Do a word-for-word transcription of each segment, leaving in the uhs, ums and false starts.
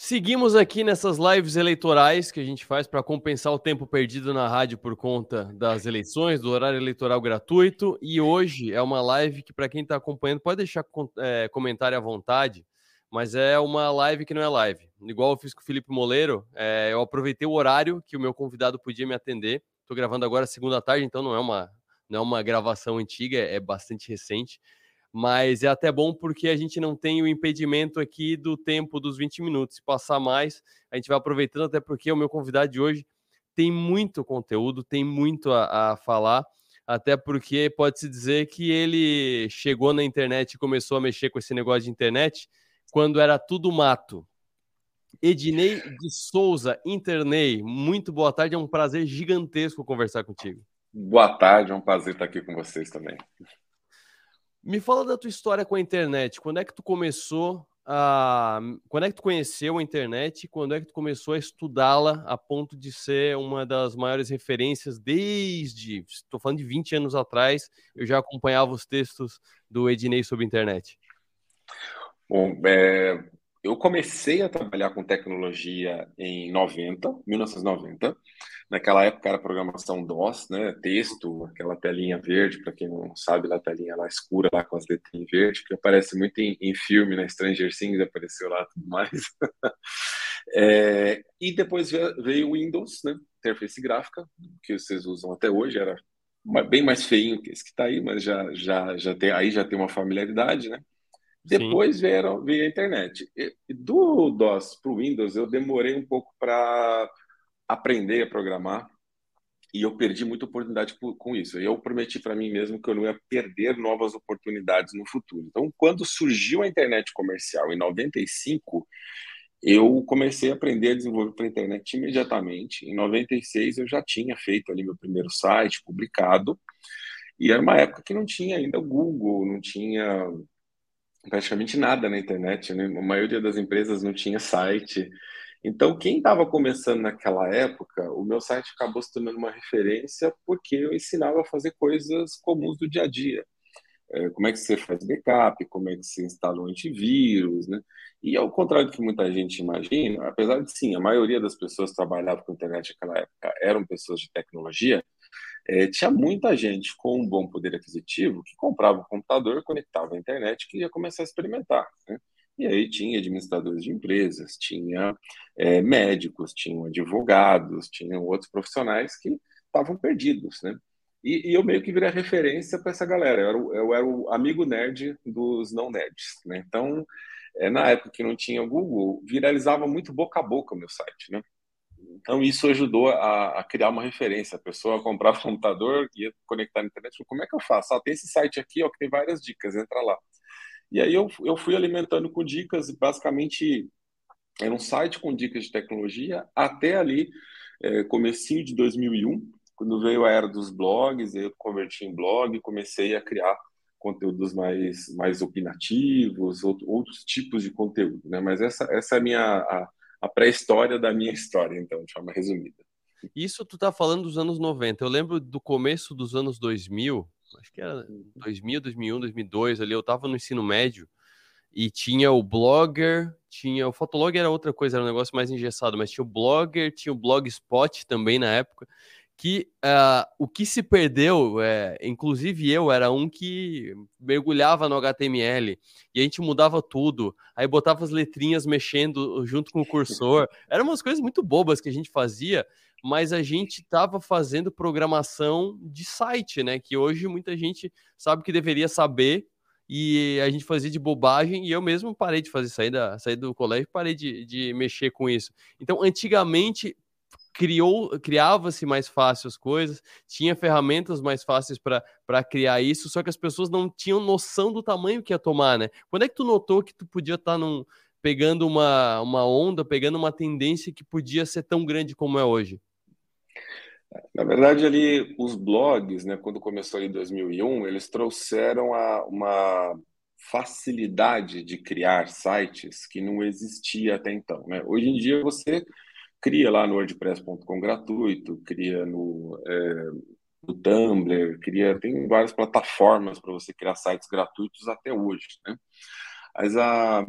Seguimos aqui nessas lives eleitorais que a gente faz para compensar o tempo perdido na rádio por conta das eleições, do horário eleitoral gratuito. E hoje é uma live que, para quem está acompanhando, pode deixar é, comentário à vontade, mas é uma live que não é live. Igual eu fiz com o Felipe Moleiro, é, eu aproveitei o horário que o meu convidado podia me atender. Estou gravando agora segunda tarde, então não é uma, não é uma gravação antiga, é bastante recente. Mas é até bom porque a gente não tem o impedimento aqui do tempo dos vinte minutos. Se passar mais, a gente vai aproveitando, até porque o meu convidado de hoje tem muito conteúdo, tem muito a, a falar, até porque pode-se dizer que ele chegou na internet e começou a mexer com esse negócio de internet quando era tudo mato. Ednei de Souza, Internei, muito boa tarde, é um prazer gigantesco conversar contigo. Boa tarde, é um prazer estar aqui com vocês também. Me fala da tua história com a internet. Quando é que tu começou a... Quando é que tu conheceu a internet? Quando é que tu começou a estudá-la a ponto de ser uma das maiores referências desde... Estou falando de vinte anos atrás, eu já acompanhava os textos do Ednei sobre a internet. Bom, é, eu comecei a trabalhar com tecnologia em noventa, mil novecentos e noventa. Naquela época era programação DOS, né? Texto, aquela telinha verde, para quem não sabe, lá a telinha lá escura, lá com as letrinhas verdes, que aparece muito em, em filme, né? Stranger Things apareceu lá tudo mais. É, e depois veio o Windows, né? Interface gráfica, que vocês usam até hoje, era bem mais feinho que esse que está aí, mas já, já, já tem, aí já tem uma familiaridade, né? Sim. Depois veio, veio a internet. E, do DOS para o Windows, eu demorei um pouco para aprender a programar e eu perdi muita oportunidade com isso. Eu prometi para mim mesmo que eu não ia perder novas oportunidades no futuro. Então, quando surgiu a internet comercial em noventa e cinco, eu comecei a aprender a desenvolver para a internet imediatamente. Em noventa e seis, eu já tinha feito ali meu primeiro site publicado. E era uma época que não tinha ainda o Google, não tinha praticamente nada na internet, né? A maioria das empresas não tinha site. Então, quem estava começando naquela época, o meu site acabou se tornando uma referência porque eu ensinava a fazer coisas comuns do dia a dia. É, como é que você faz backup, como é que você instala um antivírus, né? E ao contrário do que muita gente imagina, apesar de sim, a maioria das pessoas que trabalhavam com internet naquela época eram pessoas de tecnologia, é, tinha muita gente com um bom poder aquisitivo que comprava um computador, conectava à internet e queria começar a experimentar, né? E aí tinha administradores de empresas, tinha é, médicos, tinham advogados, tinham outros profissionais que estavam perdidos, né? E, e eu meio que virei referência para essa galera. Eu era, o, eu era o amigo nerd dos não nerds, né? Então, é, na época que não tinha Google, viralizava muito boca a boca o meu site, né? Então, isso ajudou a, a, criar uma referência. A pessoa comprava um computador, ia conectar na internet, falou, como é que eu faço? Ah, tem esse site aqui, ó, que tem várias dicas, entra lá. E aí eu, eu fui alimentando com dicas, basicamente era um site com dicas de tecnologia, até ali, é, comecinho de dois mil e um, quando veio a era dos blogs, eu converti em blog, comecei a criar conteúdos mais, mais opinativos, outro, outros tipos de conteúdo, né? Mas essa, essa é a minha... A, a pré-história da minha história, então, de forma resumida. Isso tu tá falando dos anos noventa. Eu lembro do começo dos anos dois mil, acho que era dois mil, dois mil e um, dois mil e dois ali, eu tava no ensino médio e tinha o Blogger, tinha o Fotolog, era outra coisa, era um negócio mais engessado, mas tinha o Blogger, tinha o Blogspot também na época, que uh, o que se perdeu, é, inclusive eu era um que mergulhava no H T M L e a gente mudava tudo, aí botava as letrinhas mexendo junto com o cursor, eram umas coisas muito bobas que a gente fazia, mas a gente estava fazendo programação de site, né, que hoje muita gente sabe que deveria saber, e a gente fazia de bobagem, e eu mesmo parei de fazer, sair, da, sair do colégio, parei de, de mexer com isso. Então, antigamente, criou criava-se mais fácil as coisas, tinha ferramentas mais fáceis para criar isso, só que as pessoas não tinham noção do tamanho que ia tomar, né? Quando é que tu notou que tu podia estar tá num, pegando uma, uma onda, pegando uma tendência que podia ser tão grande como é hoje? Na verdade, ali, os blogs, né, quando começou ali em dois mil e um, eles trouxeram a, uma facilidade de criar sites que não existia até então, né? Hoje em dia, você cria lá no wordpress ponto com gratuito, cria no, é, no Tumblr, cria, tem várias plataformas para você criar sites gratuitos até hoje, né? Mas a,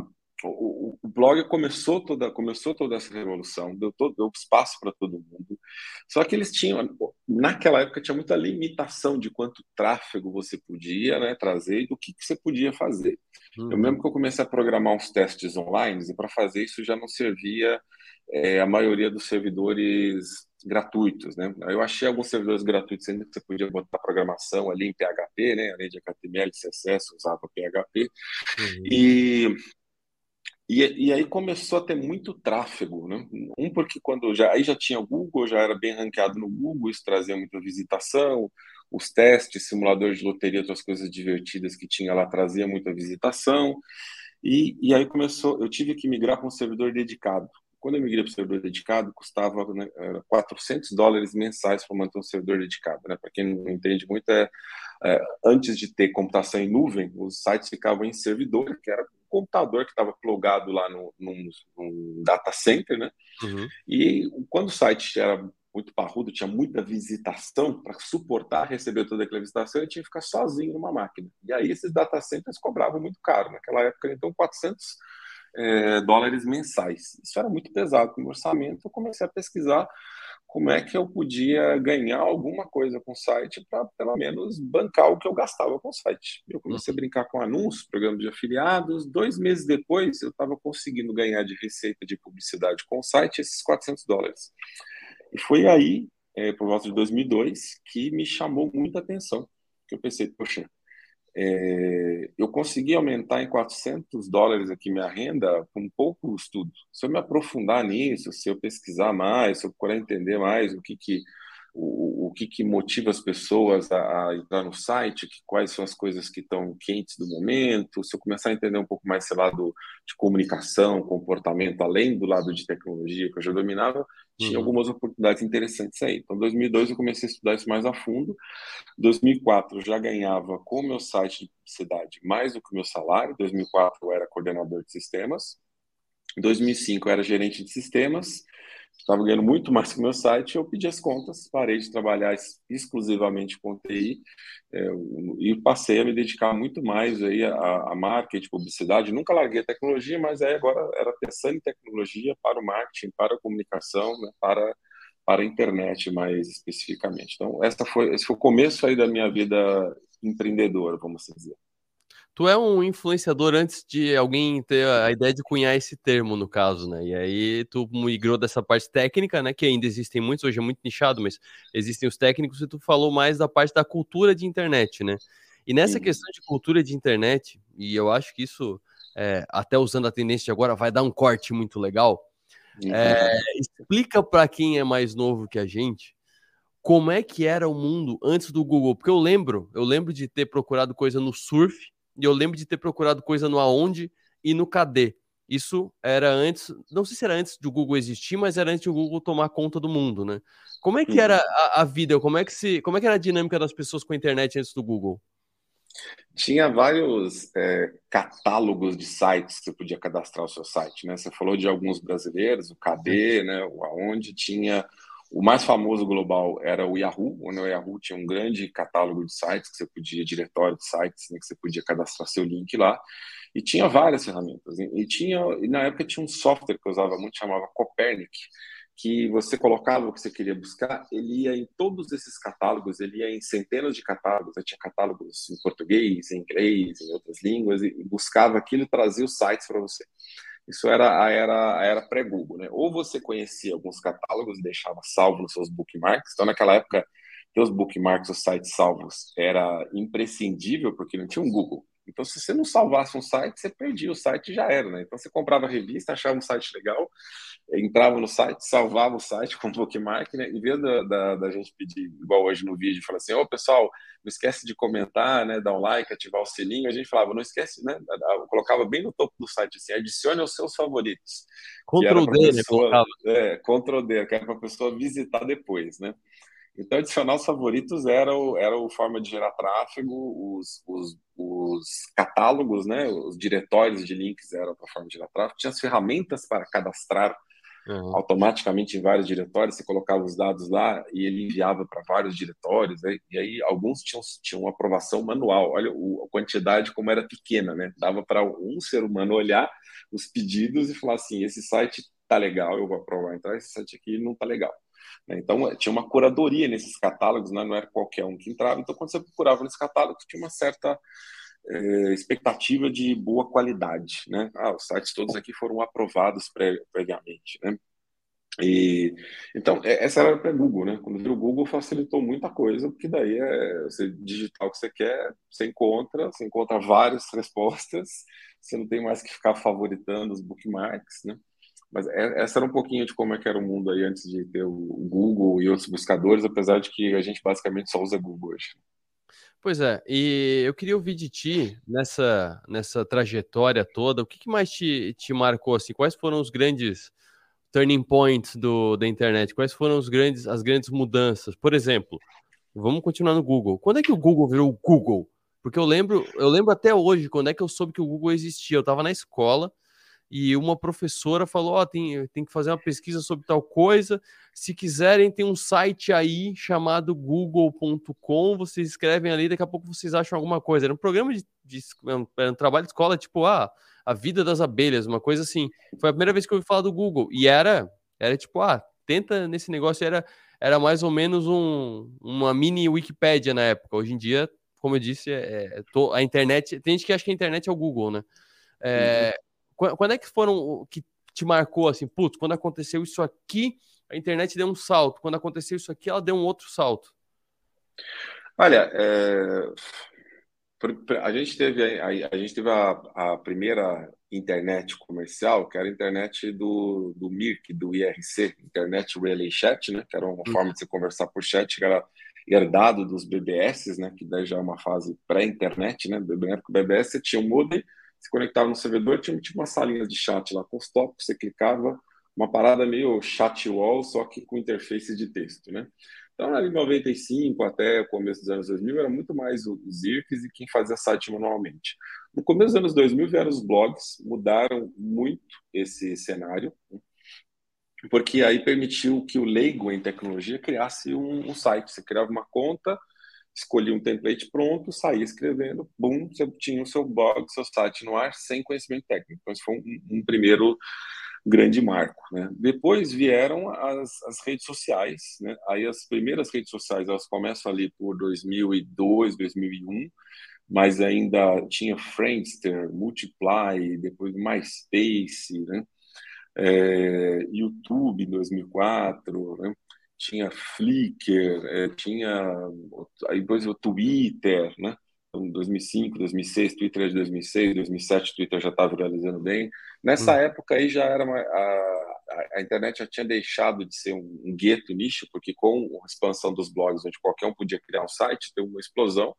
o, o blog começou toda, começou toda essa revolução, deu, todo, deu espaço para todo mundo. Só que eles tinham, naquela época, tinha muita limitação de quanto tráfego você podia, né, trazer e do que, que você podia fazer. Eu Uhum. mesmo que eu comecei a programar uns testes online, e para fazer isso já não servia é, a maioria dos servidores gratuitos, né? Eu achei alguns servidores gratuitos ainda que você podia botar programação ali em P H P, né? Além de H T M L, C S S, usava P H P. Uhum. E e, e aí começou a ter muito tráfego, né? Um porque quando já aí já tinha o Google, já era bem ranqueado no Google, isso trazia muita visitação, os testes, simulador de loteria, outras coisas divertidas que tinha lá trazia muita visitação. E, e aí começou, eu tive que migrar para um servidor dedicado. Quando eu migrei para o servidor dedicado, custava, né, quatrocentos dólares mensais para manter um servidor dedicado, né? Para quem não entende muito, é é, antes de ter computação em nuvem, os sites ficavam em servidor, que era um computador que estava plugado lá no, num, num data center, né? Uhum. E quando o site era muito parrudo, tinha muita visitação, para suportar receber toda aquela visitação, eu tinha que ficar sozinho numa máquina. E aí esses data centers cobravam muito caro. Naquela época, então, quatrocentos é, dólares mensais. Isso era muito pesado com o orçamento. Eu comecei a pesquisar como é que eu podia ganhar alguma coisa com o site para, pelo menos, bancar o que eu gastava com o site. Eu comecei a Uhum. brincar com anúncios, programas de afiliados. Dois meses depois, eu estava conseguindo ganhar de receita de publicidade com o site esses quatrocentos dólares. E foi aí, é, por volta de dois mil e dois, que me chamou muita atenção. Que eu pensei, poxa, é, eu consegui aumentar em quatrocentos dólares aqui minha renda com pouco estudo. Se eu me aprofundar nisso, se eu pesquisar mais, se eu procurar entender mais o que que o, o que que motiva as pessoas a, a entrar no site, que, quais são as coisas que estão quentes do momento, se eu começar a entender um pouco mais esse lado de comunicação, comportamento, além do lado de tecnologia que eu já dominava, tinha Uhum. algumas oportunidades interessantes aí. Então, em dois mil e dois eu comecei a estudar isso mais a fundo. Em dois mil e quatro eu já ganhava com o meu site de publicidade mais do que o meu salário. Em dois mil e quatro eu era coordenador de sistemas. Em dois mil e cinco eu era gerente de sistemas. Estava ganhando muito mais que o meu site. Eu pedi as contas, parei de trabalhar exclusivamente com T I é, e passei a me dedicar muito mais aí a, a marketing, publicidade. Nunca larguei a tecnologia, mas aí agora era pensando em tecnologia para o marketing, para a comunicação, né, para para a internet mais especificamente. Então, essa foi, esse foi o começo aí da minha vida empreendedora, vamos assim dizer. Tu é um influenciador antes de alguém ter a ideia de cunhar esse termo, no caso, né? E aí tu migrou dessa parte técnica, né? Que ainda existem muitos, hoje é muito nichado, mas existem os técnicos, e tu falou mais da parte da cultura de internet, né? E nessa Uhum. questão de cultura de internet, e eu acho que isso, é, até usando a tendência de agora, vai dar um corte muito legal. É, explica para quem é mais novo que a gente como é que era o mundo antes do Google, porque eu lembro, eu lembro de ter procurado coisa no Surf e eu lembro de ter procurado coisa no Aonde e no Cadê. Isso era antes, não sei se era antes do Google existir, mas era antes do Google tomar conta do mundo, né? Como é que era Uhum. a, a vida? Como é que se, como é que era a dinâmica das pessoas com a internet antes do Google? Tinha vários é, catálogos de sites que você podia cadastrar o seu site, né? Você falou de alguns brasileiros, o Cadê, né? O Aonde tinha o mais famoso global era o Yahoo, onde o Yahoo tinha um grande catálogo de sites que você podia, diretório de sites, né? Que você podia cadastrar seu link lá. E tinha várias ferramentas. E tinha, e na época tinha um software que eu usava muito, chamava Copernic, que você colocava o que você queria buscar, ele ia em todos esses catálogos, ele ia em centenas de catálogos, tinha catálogos em português, em inglês, em outras línguas, e buscava aquilo e trazia os sites para você. Isso era a era, a era pré-Google, né? Ou você conhecia alguns catálogos e deixava salvo nos seus bookmarks, então naquela época ter os bookmarks, os sites salvos, era imprescindível, porque não tinha um Google. Então, se você não salvasse um site, você perdia o site e já era, né? Então, você comprava a revista, achava um site legal, entrava no site, salvava o site com bookmark, né? Em vez da, da, da gente pedir, igual hoje no vídeo, falar assim, ô pessoal, não esquece de comentar, né? Dar um like, ativar o sininho. A gente falava, não esquece, né? Eu colocava bem no topo do site assim, adicione aos seus favoritos, que era Ctrl para a D, né? pessoa, Colocava. é, Ctrl D, que era para a pessoa visitar depois, né? Então, adicionar os favoritos era o, era a forma de gerar tráfego, os, os, os catálogos, né, os diretórios de links eram a forma de gerar tráfego, tinha as ferramentas para cadastrar Uhum. automaticamente em vários diretórios, você colocava os dados lá e ele enviava para vários diretórios, né? E aí alguns tinham, tinham aprovação manual. Olha o, a quantidade como era pequena, né? Dava para um ser humano olhar os pedidos e falar assim, esse site tá legal, eu vou aprovar, então esse site aqui não tá legal. Então, tinha uma curadoria nesses catálogos, né? Não era qualquer um que entrava. Então, quando você procurava nesse catálogo, tinha uma certa é, expectativa de boa qualidade, né? Ah, os sites todos aqui foram aprovados pre previamente, né? E, então, essa era para Google, né? Quando veio o Google, facilitou muita coisa, porque daí é você digitar o que você quer, você encontra, você encontra várias respostas, você não tem mais que ficar favoritando os bookmarks, né? Mas essa era um pouquinho de como é que era o mundo aí antes de ter o Google e outros buscadores, apesar de que a gente basicamente só usa Google hoje. Pois é, e eu queria ouvir de ti, nessa, nessa trajetória toda, o que, que mais te, te marcou, assim? Quais foram os grandes turning points do, da internet? Quais foram os grandes, as grandes mudanças? Por exemplo, vamos continuar no Google. Quando é que o Google virou o Google? Porque eu lembro, eu lembro até hoje, quando é que eu soube que o Google existia. Eu estava na escola e uma professora falou: Ó, oh, tem, tem que fazer uma pesquisa sobre tal coisa. Se quiserem, tem um site aí chamado google ponto com. Vocês escrevem ali, daqui a pouco vocês acham alguma coisa. Era um programa de, de era um trabalho de escola, tipo, ah, a vida das abelhas, uma coisa assim. Foi a primeira vez que eu ouvi falar do Google. E era, era tipo, ah, tenta nesse negócio. Era, era mais ou menos um, uma mini Wikipédia na época. Hoje em dia, como eu disse, é, é, a internet. Tem gente que acha que a internet é o Google, né? Uhum. É, quando é que foram que te marcou assim, putz, quando aconteceu isso aqui, a internet deu um salto. Quando aconteceu isso aqui, ela deu um outro salto. Olha, é, a gente teve, a, a gente teve a, a, primeira internet comercial, que era a internet do, do M I R C, do I R C, Internet Relay Chat, né, que era uma Hum. forma de se conversar por chat, que era herdado dos B B S, né, que daí já é uma fase pré-internet, né, na época do B B S você tinha um modem, se conectava no servidor, tinha, tinha uma salinha de chat lá com os tópicos, você clicava, uma parada meio chat wall, só que com interface de texto, né. Então, ali em noventa e cinco até o começo dos anos dois mil, era muito mais os I R Cs e quem fazia site manualmente. No começo dos anos dois mil, vieram os blogs, mudaram muito esse cenário, porque aí permitiu que o leigo em tecnologia criasse um, um site. Você criava uma conta, escolhia um template pronto, saía escrevendo, bum, você tinha o seu blog, seu site no ar, sem conhecimento técnico. Então, isso foi um, um primeiro grande marco, né? Depois vieram as, as redes sociais, né? Aí as primeiras redes sociais, elas começam ali por dois mil e dois, dois mil e um, mas ainda tinha Friendster, Multiply, depois MySpace, né? É, YouTube em dois mil e quatro, né? Tinha Flickr, é, tinha aí depois o Twitter, né? Então, dois mil e cinco, dois mil e seis, Twitter é de dois mil e seis, dois mil e sete, o Twitter já estava viralizando bem. Nessa Hum. época aí já era uma, a, a internet já tinha deixado de ser um, um gueto nicho, porque com a expansão dos blogs, onde qualquer um podia criar um site, teve uma explosão.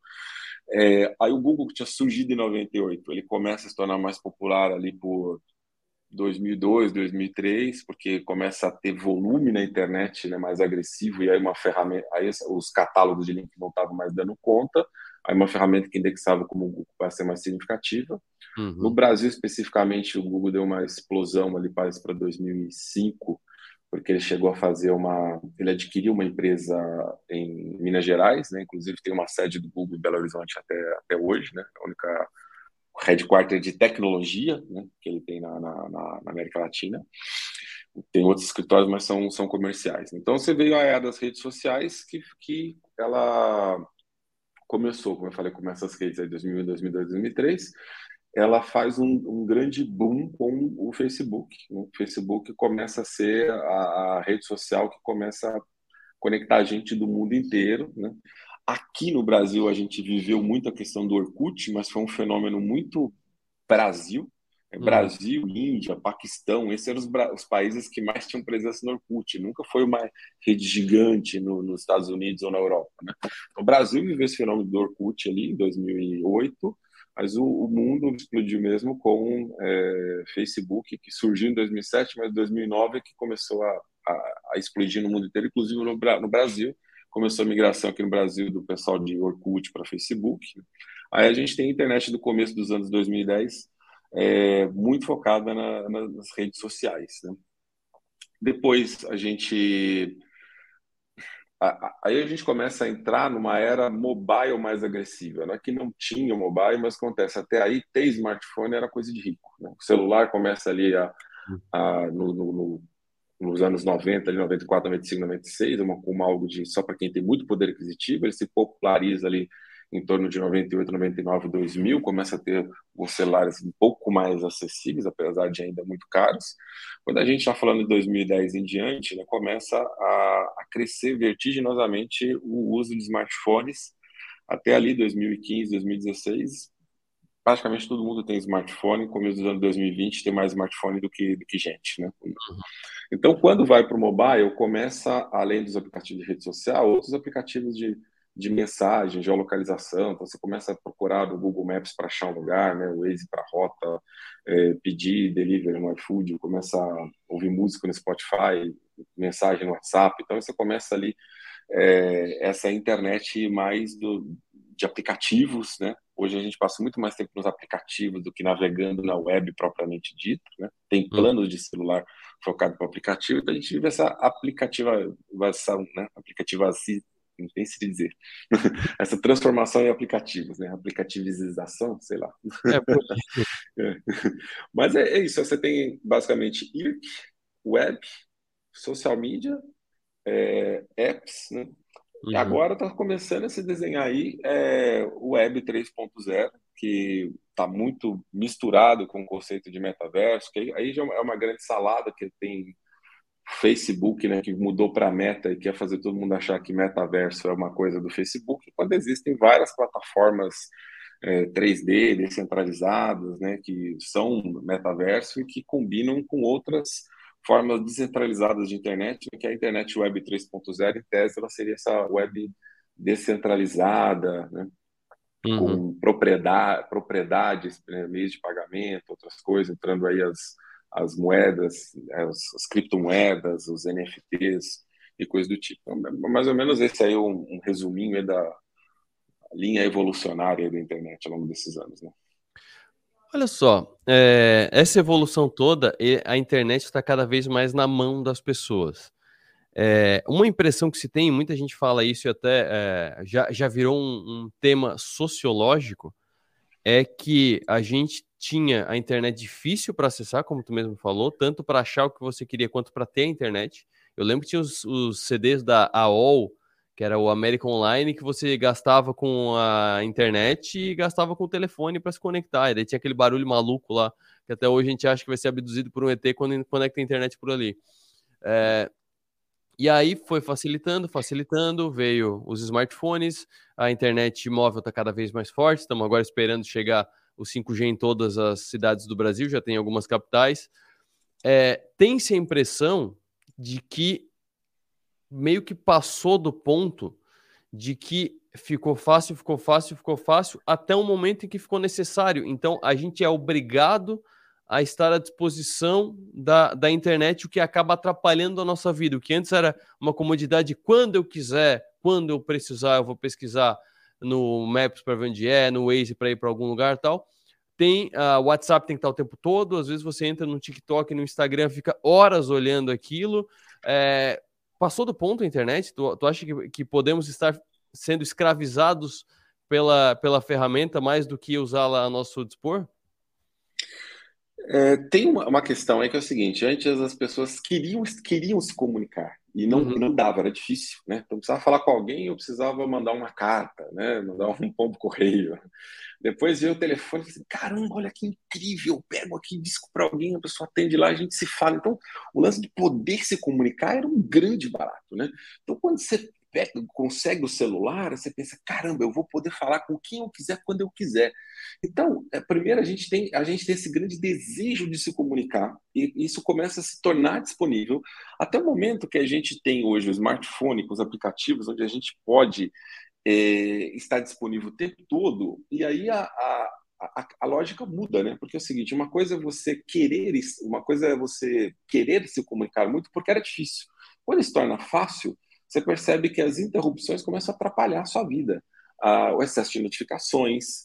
É, aí o Google, que tinha surgido em noventa e oito, ele começa a se tornar mais popular ali por dois mil e dois, dois mil e três, porque começa a ter volume na internet, né, mais agressivo, e aí uma ferramenta, aí os catálogos de link não estavam mais dando conta, aí uma ferramenta que indexava como o Google para ser mais significativa. No Uhum. Brasil, especificamente, o Google deu uma explosão ali, parece, para dois mil e cinco, porque ele chegou a fazer uma... Ele adquiriu uma empresa em Minas Gerais, né? Inclusive tem uma sede do Google em Belo Horizonte até, até hoje, né? A única headquarter de tecnologia, né? Que ele tem na, na, na América Latina. Tem outros escritórios, mas são, são comerciais. Então, você veio a era das redes sociais que, que ela começou, como eu falei, começa as redes aí em dois mil, dois mil e dois, dois mil e três, ela faz um, um grande boom com o Facebook. Né? O Facebook começa a ser a, a rede social que começa a conectar a gente do mundo inteiro, né? Aqui no Brasil a gente viveu muito a questão do Orkut, mas foi um fenômeno muito Brasil. Uhum. Brasil, Índia, Paquistão, esses eram os, os, países que mais tinham presença no Orkut. Nunca foi uma rede gigante no, nos Estados Unidos ou na Europa. Né? Então, o Brasil viveu esse fenômeno do Orkut ali em dois mil e oito, mas o, o mundo explodiu mesmo com é, Facebook, que surgiu em dois mil e sete, mas em dois mil e nove é que começou a, a, a explodir no mundo inteiro, inclusive no, no Brasil. Começou a migração aqui no Brasil do pessoal de Orkut para Facebook. Aí a gente tem a internet do começo dos anos dois mil e dez, é, muito focada na, na, nas redes sociais. Né? Depois a gente a- a- aí a gente começa a entrar numa era mobile mais agressiva. Não é que não tinha mobile, mas acontece, até aí ter smartphone era coisa de rico, né? O celular começa ali a, a, no, no- no- nos anos noventa, ali, noventa e quatro, noventa e cinco, noventa e seis, uma, uma algo de só para quem tem muito poder aquisitivo. Ele se populariza ali em torno de noventa e oito, noventa e nove, dois mil, começa a ter os celulares um pouco mais acessíveis, apesar de ainda muito caros. Quando a gente está falando de dois mil e dez em diante, né, começa a, a crescer vertiginosamente o uso de smartphones. Até ali, dois mil e quinze, dois mil e dezesseis, praticamente todo mundo tem smartphone. Começo dos anos dois mil e vinte tem mais smartphone do que, do que gente, né? Então, quando vai para o mobile, começa, além dos aplicativos de rede social, outros aplicativos de, de mensagem, geolocalização. Então, você começa a procurar no Google Maps para achar um lugar, né? O Waze para rota, é, pedir delivery no iFood, começa a ouvir música no Spotify, mensagem no WhatsApp. Então, você começa ali é, essa internet mais do, de aplicativos, né? Hoje a gente passa muito mais tempo nos aplicativos do que navegando na web propriamente dito, né? Tem Hum. planos de celular focado para o aplicativo, então a gente vive essa aplicativação, né? Aplicativação, não tem se dizer. Essa transformação em aplicativos, né? Aplicativização, sei lá. É, por... É. Mas é, é isso, você tem basicamente I R C, web, social media, é, apps, né? Uhum. Agora está começando a se desenhar aí é, o Web três ponto zero, que está muito misturado com o conceito de metaverso, que aí, aí já é uma grande salada que tem Facebook, né, que mudou para Meta e quer fazer todo mundo achar que metaverso é uma coisa do Facebook, quando existem várias plataformas é, três D descentralizadas, né, que são metaverso e que combinam com outras formas descentralizadas de internet, que é a internet web três ponto zero, em tese, ela seria essa web descentralizada, né, Uhum. com propriedade, propriedades, né, meios de pagamento, outras coisas, entrando aí as, as moedas, as, as criptomoedas, os N F Ts e coisas do tipo. Então, mais ou menos esse aí é um, um resuminho aí da linha evolucionária da internet ao longo desses anos, né? Olha só, é, essa evolução toda, e a internet está cada vez mais na mão das pessoas. É, uma impressão que se tem, muita gente fala isso e até é, já, já virou um, um tema sociológico, é que a gente tinha a internet difícil para acessar, como tu mesmo falou, tanto para achar o que você queria quanto para ter a internet. Eu lembro que tinha os, os C Ds da A O L, que era o American Online, que você gastava com a internet e gastava com o telefone para se conectar. E daí tinha aquele barulho maluco lá, que até hoje a gente acha que vai ser abduzido por um E T quando conecta a internet por ali. É, e aí foi facilitando, facilitando, veio os smartphones, a internet móvel está cada vez mais forte, estamos agora esperando chegar o cinco G em todas as cidades do Brasil, já tem algumas capitais. É, tem-se a impressão de que meio que passou do ponto de que ficou fácil, ficou fácil, ficou fácil, até o momento em que ficou necessário. Então, a gente é obrigado a estar à disposição da, da internet, o que acaba atrapalhando a nossa vida. O que antes era uma comodidade, quando eu quiser, quando eu precisar, eu vou pesquisar no Maps para ver onde é, no Waze para ir para algum lugar e tal. Tem o uh, WhatsApp, tem que estar o tempo todo. Às vezes você entra no TikTok, no Instagram, fica horas olhando aquilo. É, passou do ponto a internet? Tu, tu acha que, que podemos estar sendo escravizados pela, pela ferramenta mais do que usá-la a nosso dispor? É, tem uma, uma questão aí que é o seguinte: antes as pessoas queriam, queriam se comunicar e não, Uhum. e não dava, era difícil, né? Então, eu precisava falar com alguém, eu precisava mandar uma carta, né? Mandar um pombo correio. Depois veio o telefone e falei assim, caramba, olha que incrível, eu pego aqui, disco para alguém, a pessoa atende lá, a gente se fala. Então, o lance de poder se comunicar era um grande barato, né? Então, quando você pega, consegue o celular, você pensa, caramba, eu vou poder falar com quem eu quiser, quando eu quiser. Então, é, primeiro a gente tem a gente tem esse grande desejo de se comunicar e isso começa a se tornar disponível até o momento que a gente tem hoje o smartphone com os aplicativos onde a gente pode é, estar disponível o tempo todo e aí a, a, a, a lógica muda, né? Porque é o seguinte, uma coisa é você querer, uma coisa é você querer se comunicar muito porque era difícil. Quando se torna fácil, você percebe que as interrupções começam a atrapalhar a sua vida. Ah, o excesso de notificações,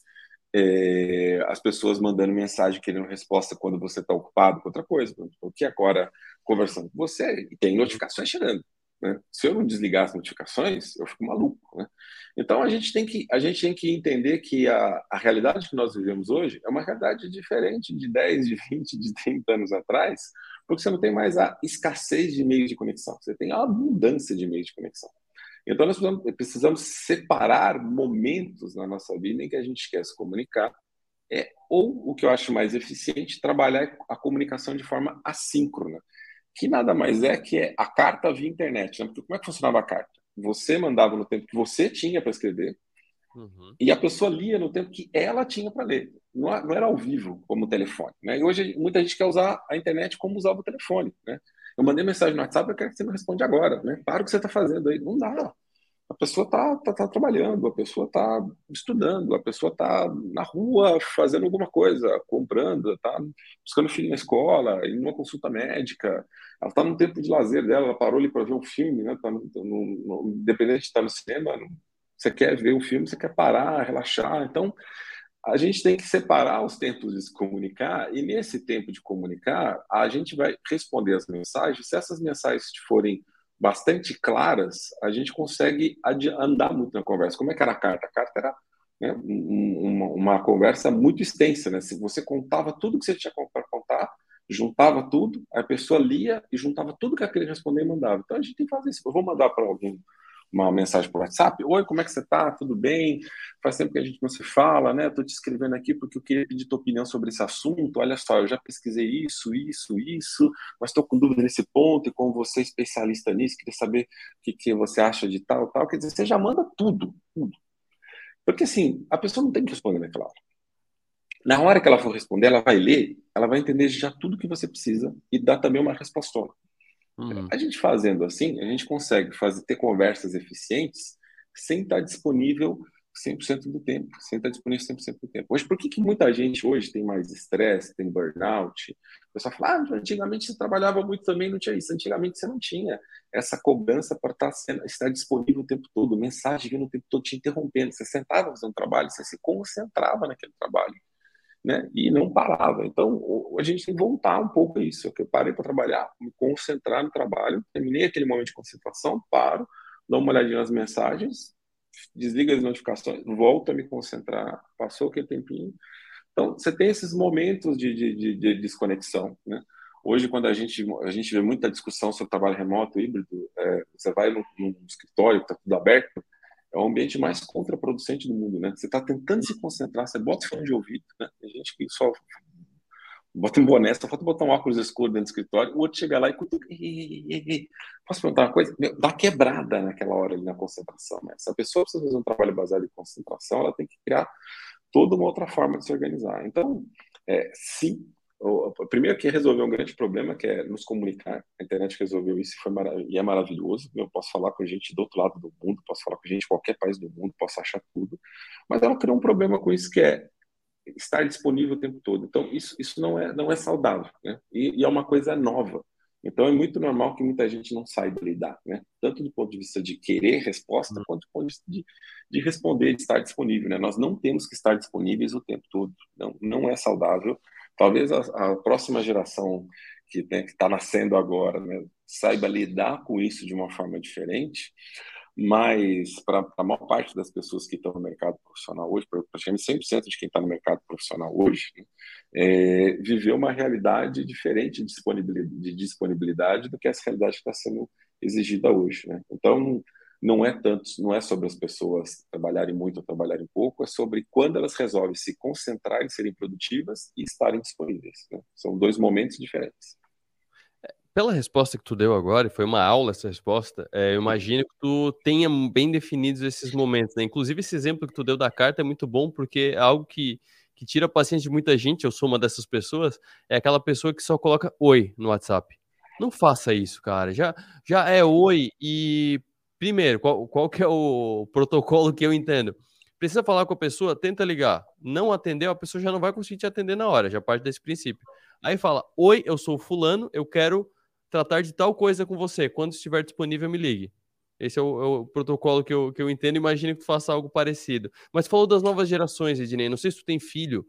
É, as pessoas mandando mensagem querendo resposta quando você está ocupado com outra coisa. Porque agora, conversando com você, e tem notificações chegando. Né? Se eu não desligar as notificações, eu fico maluco. Né? Então, a gente tem que, a gente tem que entender que a, a realidade que nós vivemos hoje é uma realidade diferente de dez, de vinte, de trinta anos atrás, porque você não tem mais a escassez de meios de conexão, você tem a abundância de meios de conexão. Então, nós precisamos, precisamos separar momentos na nossa vida em que a gente quer se comunicar, é, ou, o que eu acho mais eficiente, trabalhar a comunicação de forma assíncrona, que nada mais é que é a carta via internet. Né? Porque como é que funcionava a carta? Você mandava no tempo que você tinha para escrever, uhum. e a pessoa lia no tempo que ela tinha para ler. Não, não era ao vivo, como o telefone. Né? E hoje muita gente quer usar a internet como usava o telefone. Né? Eu mandei mensagem no WhatsApp, eu quero que você me responda agora. Né? Para o que você está fazendo aí. Não dá. A pessoa está tá, tá trabalhando, a pessoa está estudando, a pessoa está na rua fazendo alguma coisa, comprando, está buscando filho na escola, indo numa consulta médica, ela está num tempo de lazer dela, ela parou ali para ver um filme, né? Tá no, no, no, independente de estar no cinema, você quer ver o filme, você quer parar, relaxar. Então, a gente tem que separar os tempos de se comunicar, e nesse tempo de comunicar, a gente vai responder as mensagens. Se essas mensagens forem bastante claras, a gente consegue andar muito na conversa. Como é que era a carta? A carta era, né, uma, uma conversa muito extensa, né? Se você contava tudo que você tinha para contar, juntava tudo, a pessoa lia e juntava tudo que ela queria responder e mandava. Então a gente tem que fazer isso. Eu vou mandar para alguém uma mensagem por WhatsApp: oi, como é que você está? Tudo bem? Faz tempo que a gente não se fala, né? Estou te escrevendo aqui porque eu queria pedir tua opinião sobre esse assunto. Olha só, eu já pesquisei isso, isso, isso, mas estou com dúvida nesse ponto, e como você é especialista nisso, queria saber o que, que você acha de tal, tal. Quer dizer, você já manda tudo, tudo. Porque assim, a pessoa não tem que responder naquela hora. Na hora que ela for responder, ela vai ler, ela vai entender já tudo que você precisa e dar também uma resposta. Uhum. A gente fazendo assim, a gente consegue fazer, ter conversas eficientes sem estar disponível cem por cento do tempo, sem estar disponível cem por cento do tempo. Hoje, por que, que muita gente hoje tem mais estresse, tem burnout? O pessoal fala, ah, antigamente você trabalhava muito também, não tinha isso. Antigamente você não tinha essa cobrança para estar, sendo, estar disponível o tempo todo, mensagem vindo o tempo todo te interrompendo. Você sentava fazendo um trabalho, você se concentrava naquele trabalho. Né? E não parava. Então, a gente tem que voltar um pouco a isso. Eu parei para trabalhar, me concentrar no trabalho, terminei aquele momento de concentração, paro, dou uma olhadinha nas mensagens, desliga as notificações, volto a me concentrar, passou aquele tempinho. Então, você tem esses momentos de, de, de, de desconexão. Né? Hoje, quando a gente, a gente vê muita discussão sobre trabalho remoto, híbrido, é, você vai num, num escritório que está tudo aberto, é o ambiente mais contraproducente do mundo, né? Você está tentando se concentrar, você bota fone de ouvido, né? Tem gente que só bota um boné, só falta botar um óculos escuro dentro do escritório, o outro chega lá e cutuca. Posso perguntar uma coisa? Meu, dá quebrada naquela hora ali na concentração, né? Se a pessoa precisa fazer um trabalho baseado em concentração, ela tem que criar toda uma outra forma de se organizar. Então, é, sim, o primeiro que resolveu um grande problema, que é nos comunicar. A internet resolveu isso e, foi e é maravilhoso. Eu posso falar com gente do outro lado do mundo, posso falar com gente de qualquer país do mundo, posso achar tudo. Mas ela criou um problema com isso, que é estar disponível o tempo todo. Então, isso, isso não, é, não é saudável, né? E, e é uma coisa nova. Então, é muito normal que muita gente não saiba lidar, né? Tanto do ponto de vista de querer resposta, quanto do ponto de vista de, de responder, de estar disponível, né? Nós não temos que estar disponíveis o tempo todo. Não, não é saudável. Talvez a, a próxima geração que está nascendo agora, né, saiba lidar com isso de uma forma diferente, mas para a maior parte das pessoas que estão no mercado profissional hoje, praticamente cem por cento de quem está no mercado profissional hoje, né, é, viveu uma realidade diferente de disponibilidade, de disponibilidade do que essa realidade que está sendo exigida hoje. Né? Então, não é tanto, não é sobre as pessoas trabalharem muito ou trabalharem pouco, é sobre quando elas resolvem se concentrar em serem produtivas e estarem disponíveis. Né? São dois momentos diferentes. Pela resposta que tu deu agora, e foi uma aula essa resposta, é, eu imagino que tu tenha bem definidos esses momentos, né? Inclusive esse exemplo que tu deu da carta é muito bom, porque é algo que, que tira a paciência de muita gente, eu sou uma dessas pessoas, é aquela pessoa que só coloca oi no WhatsApp. Não faça isso, cara. Já, já é oi e... Primeiro, qual, qual que é o protocolo que eu entendo? Precisa falar com a pessoa, tenta ligar. Não atendeu, a pessoa já não vai conseguir te atender na hora, já parte desse princípio. Aí fala, oi, eu sou fulano, eu quero tratar de tal coisa com você. Quando estiver disponível, me ligue. Esse é o, é o protocolo que eu, que eu entendo. Imagino que tu faça algo parecido. Mas falou das novas gerações, Ednei. Não sei se tu tem filho,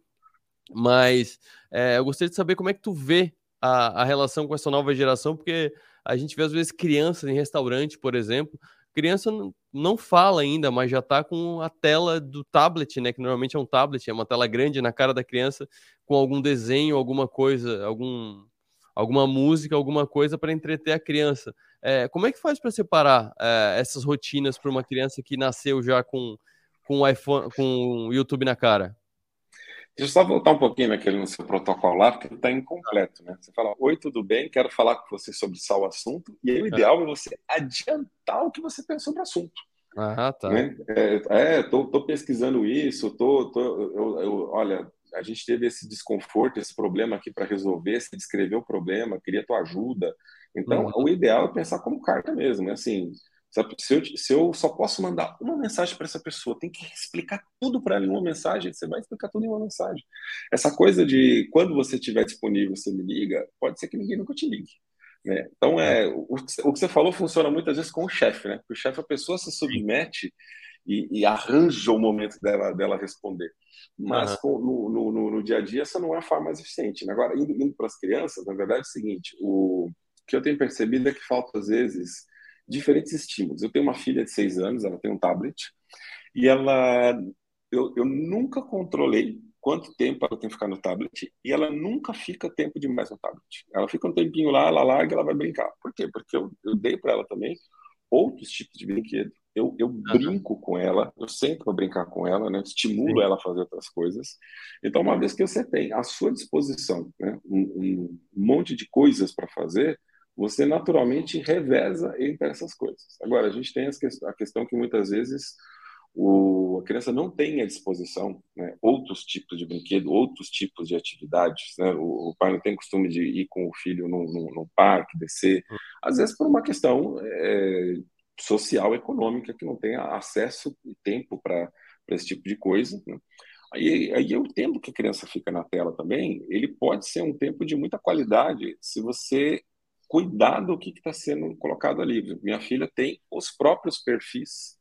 mas é, eu gostaria de saber como é que tu vê a, a relação com essa nova geração, porque a gente vê às vezes crianças em restaurante, por exemplo. Criança não, não fala ainda, mas já está com a tela do tablet, né? Que normalmente é um tablet, é uma tela grande na cara da criança, com algum desenho, alguma coisa, algum, alguma música, alguma coisa para entreter a criança. É, como é que faz para separar é, essas rotinas para uma criança que nasceu já com com o iPhone, com o YouTube na cara? Deixa eu só voltar um pouquinho naquele no seu protocolo lá, porque está incompleto, né? Você fala, oi, tudo bem? Quero falar com você sobre tal assunto. E aí o ideal é você adiantar o que você pensou sobre o assunto, Ah, tá. né? É, é tô, tô pesquisando isso, tô, tô eu, eu, olha, a gente teve esse desconforto, esse problema aqui para resolver, você descreveu o problema, queria tua ajuda. Então, Uhum. o ideal é pensar como carta mesmo, né? Assim, se eu, se eu só posso mandar uma mensagem para essa pessoa, tem que explicar tudo para ela em uma mensagem, você vai explicar tudo em uma mensagem. Essa coisa de quando você estiver disponível, você me liga, pode ser que ninguém nunca te ligue. Né? Então, É, é, o, o que você falou funciona muitas vezes com o chefe, né? Porque o chefe, a pessoa se sim. submete e, e arranja o momento dela, dela responder. Mas Aham. com, no, no, no, no dia a dia, essa não é a forma mais eficiente. Né? Agora, indo, indo para as crianças, na verdade é o seguinte: o, o que eu tenho percebido é que falta, às vezes, diferentes estímulos. Eu tenho uma filha de seis anos, ela tem um tablet, e ela. Eu, eu nunca controlei quanto tempo ela tem que ficar no tablet, e ela nunca fica tempo demais no tablet. Ela fica um tempinho lá, ela larga, ela vai brincar. Por quê? Porque eu, eu dei para ela também outros tipos de brinquedo. Eu, eu Aham. brinco com ela, eu sempre vou brincar com ela, né? Estimulo Sim. ela a fazer outras coisas. Então, uma vez que você tem à sua disposição, né, um, um monte de coisas para fazer, você naturalmente reveza entre essas coisas. Agora, a gente tem a questão que muitas vezes o, a criança não tem à disposição, né, outros tipos de brinquedo, outros tipos de atividades. Né? O, o, pai não tem costume de ir com o filho num, num, num parque, descer, às vezes por uma questão é, social, econômica, que não tem acesso e tempo para esse tipo de coisa. Né? Aí, aí o tempo que a criança fica na tela também, ele pode ser um tempo de muita qualidade se você cuidar do que está sendo colocado ali. Minha filha tem os próprios perfis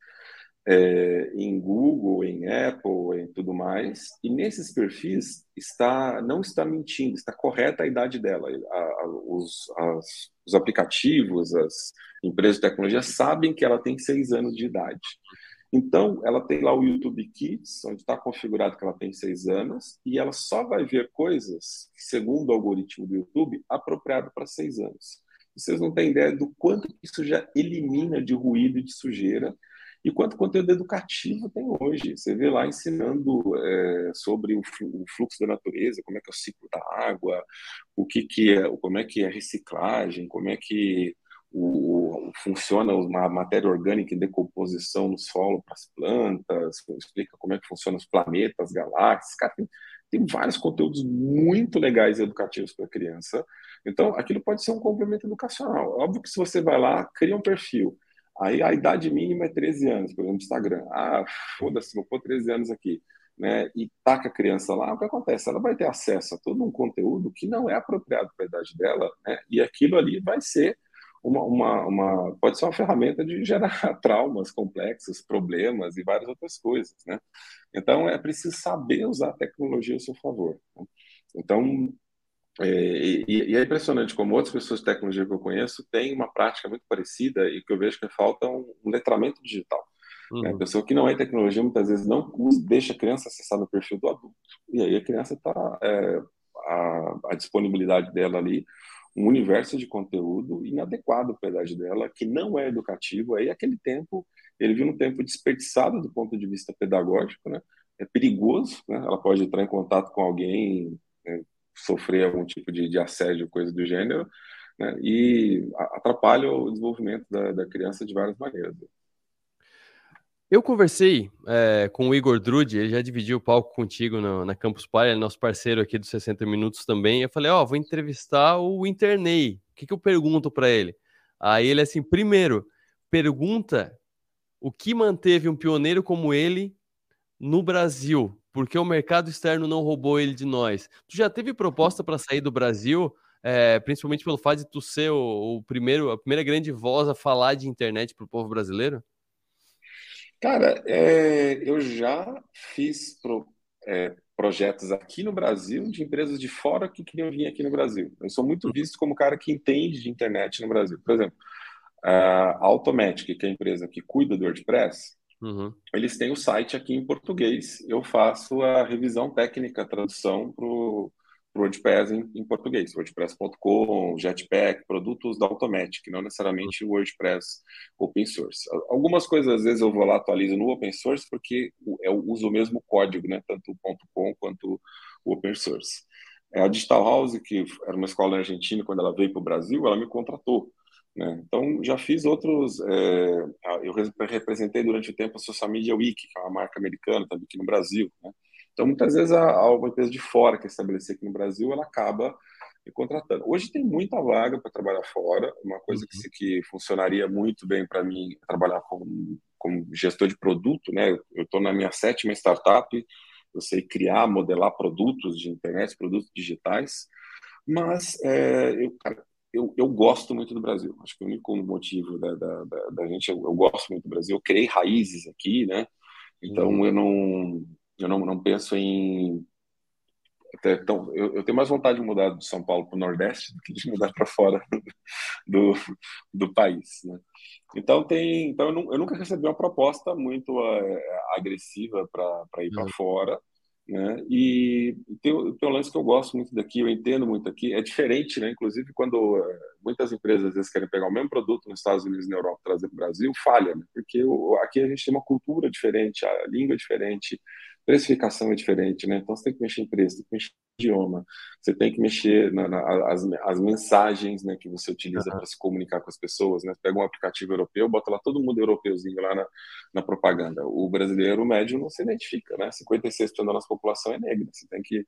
é, em Google, em Apple, em tudo mais, e nesses perfis está não está mentindo, está correta a idade dela. A, a, os, as, os aplicativos, as empresas de tecnologia sabem que ela tem seis anos de idade. Então, ela tem lá o YouTube Kids, onde está configurado que ela tem seis anos, e ela só vai ver coisas, segundo o algoritmo do YouTube, apropriado para seis anos. Vocês não têm ideia do quanto isso já elimina de ruído e de sujeira, e quanto conteúdo educativo tem hoje. Você vê lá ensinando é, sobre o fluxo da natureza, como é que é o ciclo da água, o que, que é, como é que é reciclagem, como é que o, funciona uma matéria orgânica em decomposição no solo para as plantas, explica como é que funcionam os planetas, galáxias. Cara, tem, tem vários conteúdos muito legais e educativos para a criança. Então, aquilo pode ser um complemento educacional. Óbvio que se você vai lá, cria um perfil. Aí a idade mínima é treze anos, por exemplo, no Instagram. Ah, foda-se, vou pôr treze anos aqui. Né, e taca a criança lá, o que acontece? Ela vai ter acesso a todo um conteúdo que não é apropriado para a idade dela, né, e aquilo ali vai ser uma, uma, uma, pode ser uma ferramenta de gerar traumas complexos, problemas e várias outras coisas. Né? Então, é preciso saber usar a tecnologia a seu favor. Né? Então, é, e, e, é impressionante como outras pessoas de tecnologia que eu conheço têm uma prática muito parecida e que eu vejo que falta um, um letramento digital. Né? A Uhum. pessoa que não é em tecnologia muitas vezes não deixa a criança acessar no perfil do adulto. E aí a criança está, é, a, a disponibilidade dela ali, um universo de conteúdo inadequado para a idade dela, que não é educativo. Aí aquele tempo, ele viu um tempo desperdiçado do ponto de vista pedagógico, né? É perigoso, né? Ela pode entrar em contato com alguém, né? Sofrer algum tipo de, de assédio, coisa do gênero, né? E atrapalha o desenvolvimento da, da criança de várias maneiras. Eu conversei é, com o Igor Drude, ele já dividiu o palco contigo no, na Campus Party, ele é nosso parceiro aqui dos sessenta Minutos também. Eu falei, ó, oh, vou entrevistar o Internei. O que, que eu pergunto para ele? Aí ele assim, primeiro, pergunta o que manteve um pioneiro como ele no Brasil, porque o mercado externo não roubou ele de nós. Tu já teve proposta para sair do Brasil é, principalmente pelo fato de tu ser o, o primeiro, a primeira grande voz a falar de internet para o povo brasileiro? Cara, é, eu já fiz pro- é, projetos aqui no Brasil de empresas de fora que queriam vir aqui no Brasil. Eu sou muito visto como cara que entende de internet no Brasil. Por exemplo, a Automatic, que é a empresa que cuida do WordPress, Uhum. eles têm o site aqui em português. Eu faço a revisão técnica, a tradução para o WordPress em, em português. WordPress ponto com, Jetpack, produtos da Automatic, não necessariamente o WordPress open source. Algumas coisas, às vezes, eu vou lá, atualizo no open source, porque eu uso o mesmo código, né? Tanto o .com quanto o open source. A Digital House, que era uma escola argentina, quando ela veio para o Brasil, ela me contratou. Né? Então, já fiz outros. É, eu representei durante o tempo a Social Media Week, que é uma marca americana, também aqui no Brasil. Né? Então, muitas vezes, a, a uma empresa de fora que estabelecer aqui no Brasil, ela acaba me contratando. Hoje tem muita vaga para trabalhar fora. Uma coisa que, Uhum. se- que funcionaria muito bem para mim é trabalhar como, como gestor de produto. Né? Eu estou na minha sétima startup, eu sei criar, modelar produtos de internet, produtos digitais. Mas é, eu, cara, eu, eu gosto muito do Brasil. Acho que o único motivo da, da, da, da gente, eu, eu gosto muito do Brasil. Eu criei raízes aqui, né? Uhum. Então eu não, eu não, não penso em. Até, então, eu, eu tenho mais vontade de mudar de São Paulo para o Nordeste do que de mudar para fora do, do país, né? Então tem, então eu, nu- eu nunca recebi uma proposta muito eh, agressiva para ir para Uhum. fora, né? E tem, o- tem um lance que eu gosto muito daqui, eu entendo muito aqui, é diferente, né? Inclusive quando eh, muitas empresas às vezes querem pegar o mesmo produto nos Estados Unidos e na Europa e trazer para o Brasil, falha, né? Porque o- aqui a gente tem uma cultura diferente, a língua é diferente, precificação é diferente, né? Então você tem que mexer em preço, tem que mexer em idioma, você tem que mexer na, na, as, as mensagens, né, que você utiliza para se comunicar com as pessoas, né? Pega um aplicativo europeu, bota lá todo mundo europeuzinho lá na, na propaganda. O brasileiro médio não se identifica, né? cinquenta e seis por cento da nossa população é negra. Você tem que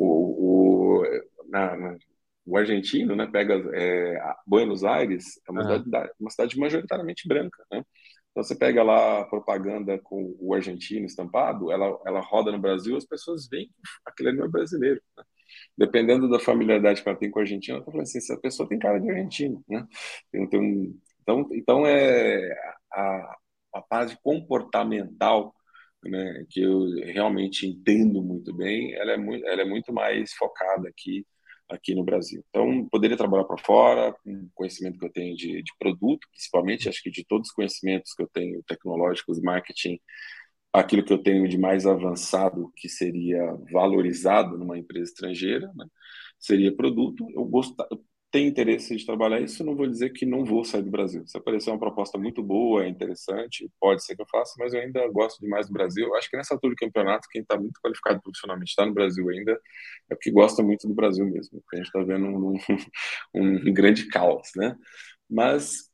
o, o, na, na, o argentino, né, pega é, Buenos Aires, é uma Aham. cidade, uma cidade majoritariamente branca, né? Então você pega lá a propaganda com o argentino estampado, ela, ela roda no Brasil, as pessoas veem que aquele não é brasileiro, né? Dependendo da familiaridade que ela tem com o argentino, ela tá falando assim, essa pessoa tem cara de argentino, né? Tem, tem um, então, então é a, a parte comportamental, né, que eu realmente entendo muito bem, ela é muito, ela é muito mais focada aqui aqui no Brasil. Então, poderia trabalhar para fora, com o conhecimento que eu tenho de, de produto, principalmente, acho que de todos os conhecimentos que eu tenho tecnológicos, marketing, aquilo que eu tenho de mais avançado que seria valorizado numa empresa estrangeira, né? Seria produto. Eu gosto, eu tenho interesse de trabalhar isso, não vou dizer que não vou sair do Brasil. Se aparecer uma proposta muito boa, é interessante, pode ser que eu faça, mas eu ainda gosto demais do Brasil. Eu acho que nessa altura do campeonato, quem está muito qualificado profissionalmente está no Brasil ainda, é porque gosta muito do Brasil mesmo, porque a gente está vendo um, um, um grande caos, né? Mas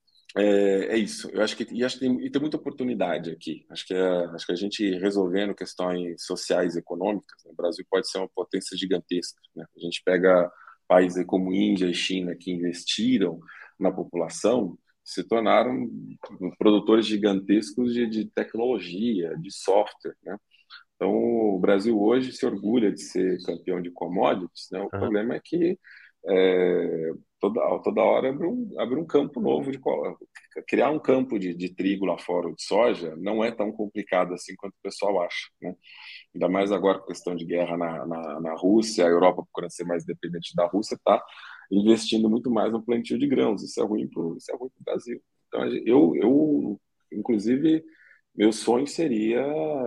é, é isso. Eu acho que e acho que tem, e tem muita oportunidade aqui. Acho que é, acho que a gente resolvendo questões sociais e econômicas, né, o Brasil pode ser uma potência gigantesca, né? A gente pega países como Índia e China que investiram na população, se tornaram produtores gigantescos de, de tecnologia, de software, né? Então, o Brasil hoje se orgulha de ser campeão de commodities, né? O Aham. problema é que é, toda, toda hora abre um, abre um campo novo de co- criar um campo de, de trigo lá fora ou de soja não é tão complicado assim quanto o pessoal acha, né? Ainda mais agora com a questão de guerra na, na, na Rússia, a Europa procurando ser mais dependente da Rússia, está investindo muito mais no plantio de grãos. Isso é ruim para o Brasil. Então, eu, eu inclusive, meu sonho seria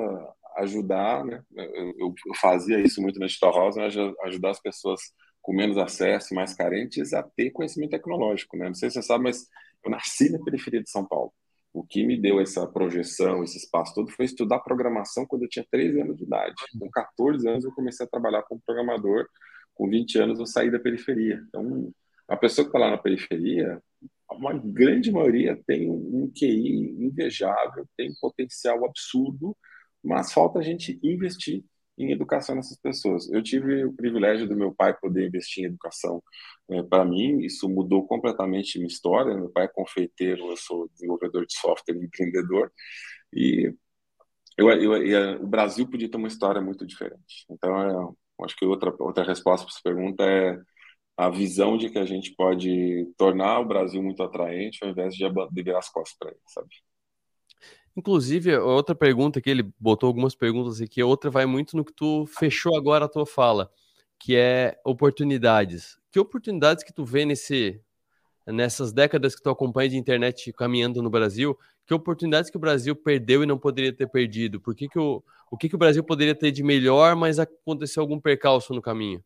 ajudar, né? Eu, eu fazia isso muito na Digital House, né? Ajudar as pessoas com menos acesso, mais carentes, a ter conhecimento tecnológico, né? Não sei se você sabe, mas eu nasci na periferia de São Paulo. O que me deu essa projeção, esse espaço todo, foi estudar programação quando eu tinha treze anos de idade. Com quatorze anos eu comecei a trabalhar como programador, com vinte anos eu saí da periferia. Então, a pessoa que está lá na periferia, uma grande maioria tem um Q I invejável, tem um potencial absurdo, mas falta a gente investir em educação nessas pessoas. Eu tive o privilégio do meu pai poder investir em educação. É, para mim, isso mudou completamente minha história. Meu pai é confeiteiro, eu sou desenvolvedor de software, empreendedor, e eu, eu, eu, o Brasil podia ter uma história muito diferente. Então, é, eu acho que outra, outra resposta para essa pergunta é a visão de que a gente pode tornar o Brasil muito atraente ao invés de, aba- de virar as costas para ele, sabe? Inclusive, outra pergunta que ele botou algumas perguntas aqui, outra vai muito no que tu fechou agora a tua fala, que é oportunidades. Que oportunidades que tu vê nesse, nessas décadas que tu acompanha de internet caminhando no Brasil, que oportunidades que o Brasil perdeu e não poderia ter perdido? Por que que o, o que que o Brasil poderia ter de melhor, mas aconteceu algum percalço no caminho?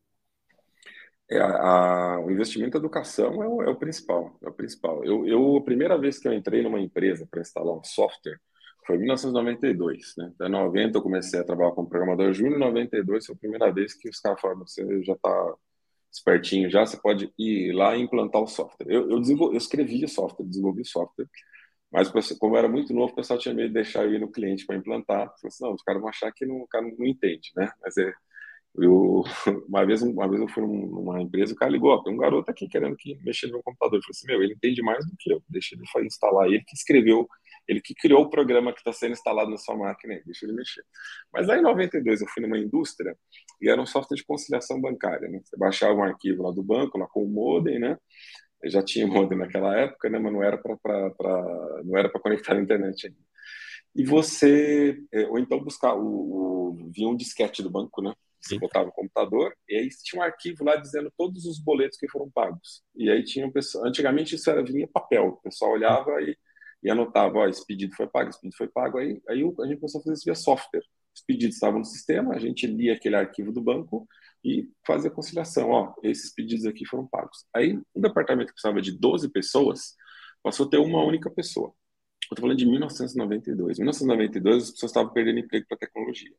É, a, a- o investimento em educação é o, é o principal, é o principal. Eu, eu, a primeira vez que eu entrei numa empresa para instalar um software foi em mil novecentos e noventa e dois, né? Então, em noventa eu comecei a trabalhar como programador júnior, em noventa e dois foi a primeira vez que os caras falaram, você já está espertinho já, você pode ir lá e implantar o software. Eu, eu, desenvol, eu escrevi o software, desenvolvi o software, mas como eu era muito novo, o pessoal tinha medo de deixar eu ir no cliente para implantar. Eu falei assim, não, os caras vão achar que não, o cara não entende, né? Mas é, eu, uma vez, uma vez eu fui numa empresa, o cara ligou, ó, tem um garoto aqui querendo que mexer no meu computador. Eu falei assim, meu, ele entende mais do que eu, deixa ele fa- instalar, ele que escreveu, ele que criou o programa que está sendo instalado na sua máquina, aí, deixa ele mexer. Mas aí em noventa e dois eu fui numa indústria e era um software de conciliação bancária, né? Você baixava um arquivo lá do banco, lá com o modem, né? Eu já tinha modem naquela época, né? Mas não era para não era para conectar na internet ainda. E você, é, ou então buscar o, o vinha um disquete do banco, né? Você Sim. botava no computador e aí tinha um arquivo lá dizendo todos os boletos que foram pagos. E aí tinha um pessoal, antigamente isso era vinha papel, o pessoal olhava e, e anotava, ó, esse pedido foi pago, esse pedido foi pago. Aí, aí a gente começou a fazer isso via software. Os pedidos estavam no sistema, a gente lia aquele arquivo do banco e fazia a conciliação, ó, esses pedidos aqui foram pagos. Aí um departamento que precisava de doze pessoas passou a ter uma única pessoa. Eu estou falando de mil novecentos e noventa e dois. Em mil novecentos e noventa e dois, as pessoas estavam perdendo emprego para tecnologia.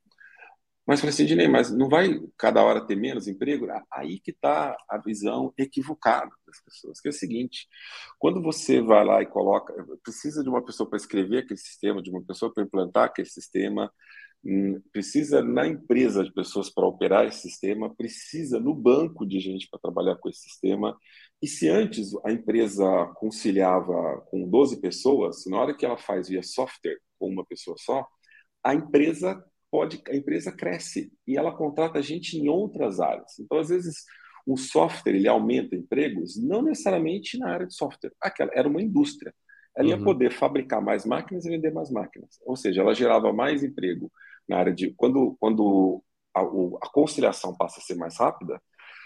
Mas falei assim, Dinei, mas não vai cada hora ter menos emprego? Aí que está a visão equivocada das pessoas, que é o seguinte, quando você vai lá e coloca, precisa de uma pessoa para escrever aquele sistema, de uma pessoa para implantar aquele sistema, hum, precisa na empresa de pessoas para operar esse sistema, precisa no banco de gente para trabalhar com esse sistema, e se antes a empresa conciliava com doze pessoas, na hora que ela faz via software com uma pessoa só, a empresa pode, a empresa cresce e ela contrata gente em outras áreas. Então, às vezes, o software ele aumenta empregos, não necessariamente na área de software. Aquela era uma indústria. Ela ia Uhum. poder fabricar mais máquinas e vender mais máquinas. Ou seja, ela gerava mais emprego na área de quando quando a, a conciliação passa a ser mais rápida,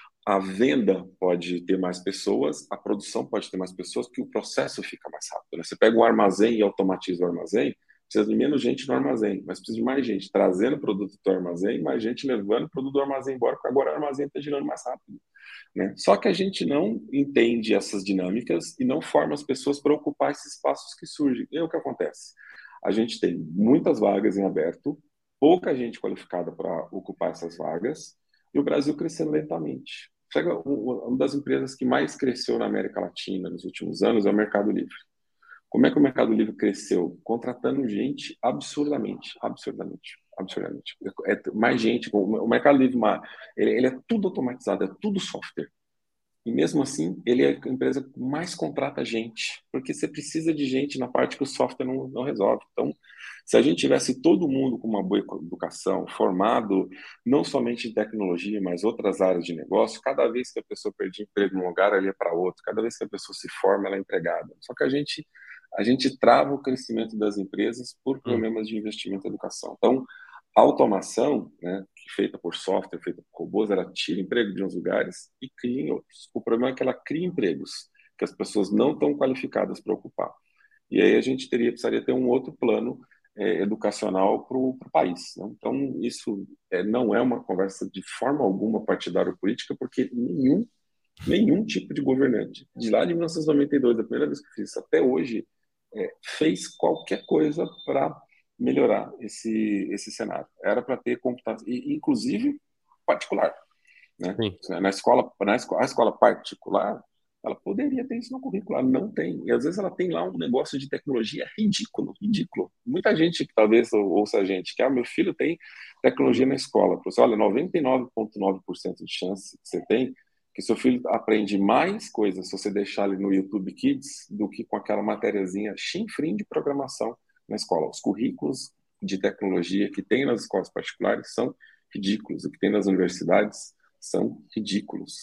a venda pode ter mais pessoas, a produção pode ter mais pessoas, porque o processo fica mais rápido, né? Você pega um armazém e automatiza o armazém, precisa de menos gente no armazém, mas precisa de mais gente trazendo produto do armazém, mais gente levando o produto do armazém embora, porque agora o armazém está girando mais rápido, né? Só que a gente não entende essas dinâmicas e não forma as pessoas para ocupar esses espaços que surgem. E aí o que acontece? A gente tem muitas vagas em aberto, pouca gente qualificada para ocupar essas vagas, e o Brasil crescendo lentamente. Chega, uma das empresas que mais cresceu na América Latina nos últimos anos é o Mercado Livre. Como é que o Mercado Livre cresceu? Contratando gente absurdamente, absurdamente, absurdamente. É mais gente. O Mercado Livre, ele, ele é tudo automatizado, é tudo software. E mesmo assim, ele é a empresa que mais contrata gente, porque você precisa de gente na parte que o software não, não resolve. Então, se a gente tivesse todo mundo com uma boa educação, formado não somente em tecnologia, mas outras áreas de negócio, cada vez que a pessoa perdia emprego num lugar, ela ia para outro. Cada vez que a pessoa se forma, ela é empregada. Só que a gente a gente trava o crescimento das empresas por Uhum. problemas de investimento em educação. Então, a automação, né, que feita por software, feita por robôs, ela tira emprego de uns lugares e cria em outros. O problema é que ela cria empregos que as pessoas não estão qualificadas para ocupar. E aí a gente teria precisaria ter um outro plano é, educacional para o país. Né? Então, isso é, não é uma conversa de forma alguma partidária ou política, porque nenhum, nenhum tipo de governante, de lá de mil novecentos e noventa e dois, da primeira vez que fiz isso, até hoje, é, fez qualquer coisa para melhorar esse, esse cenário. Era para ter computação, e, inclusive particular. Né? Sim. Na escola, na escola, a escola particular, ela poderia ter isso no currículo, ela não tem. E às vezes ela tem lá um negócio de tecnologia ridículo, ridículo. Muita gente que talvez ouça a gente, que ah, meu filho tem tecnologia na escola. Você olha, noventa e nove vírgula nove por cento de chance que você tem que seu filho aprende mais coisas se você deixar ele no YouTube Kids do que com aquela matériazinha chinfrim de programação na escola. Os currículos de tecnologia que tem nas escolas particulares são ridículos. O que tem nas universidades são ridículos.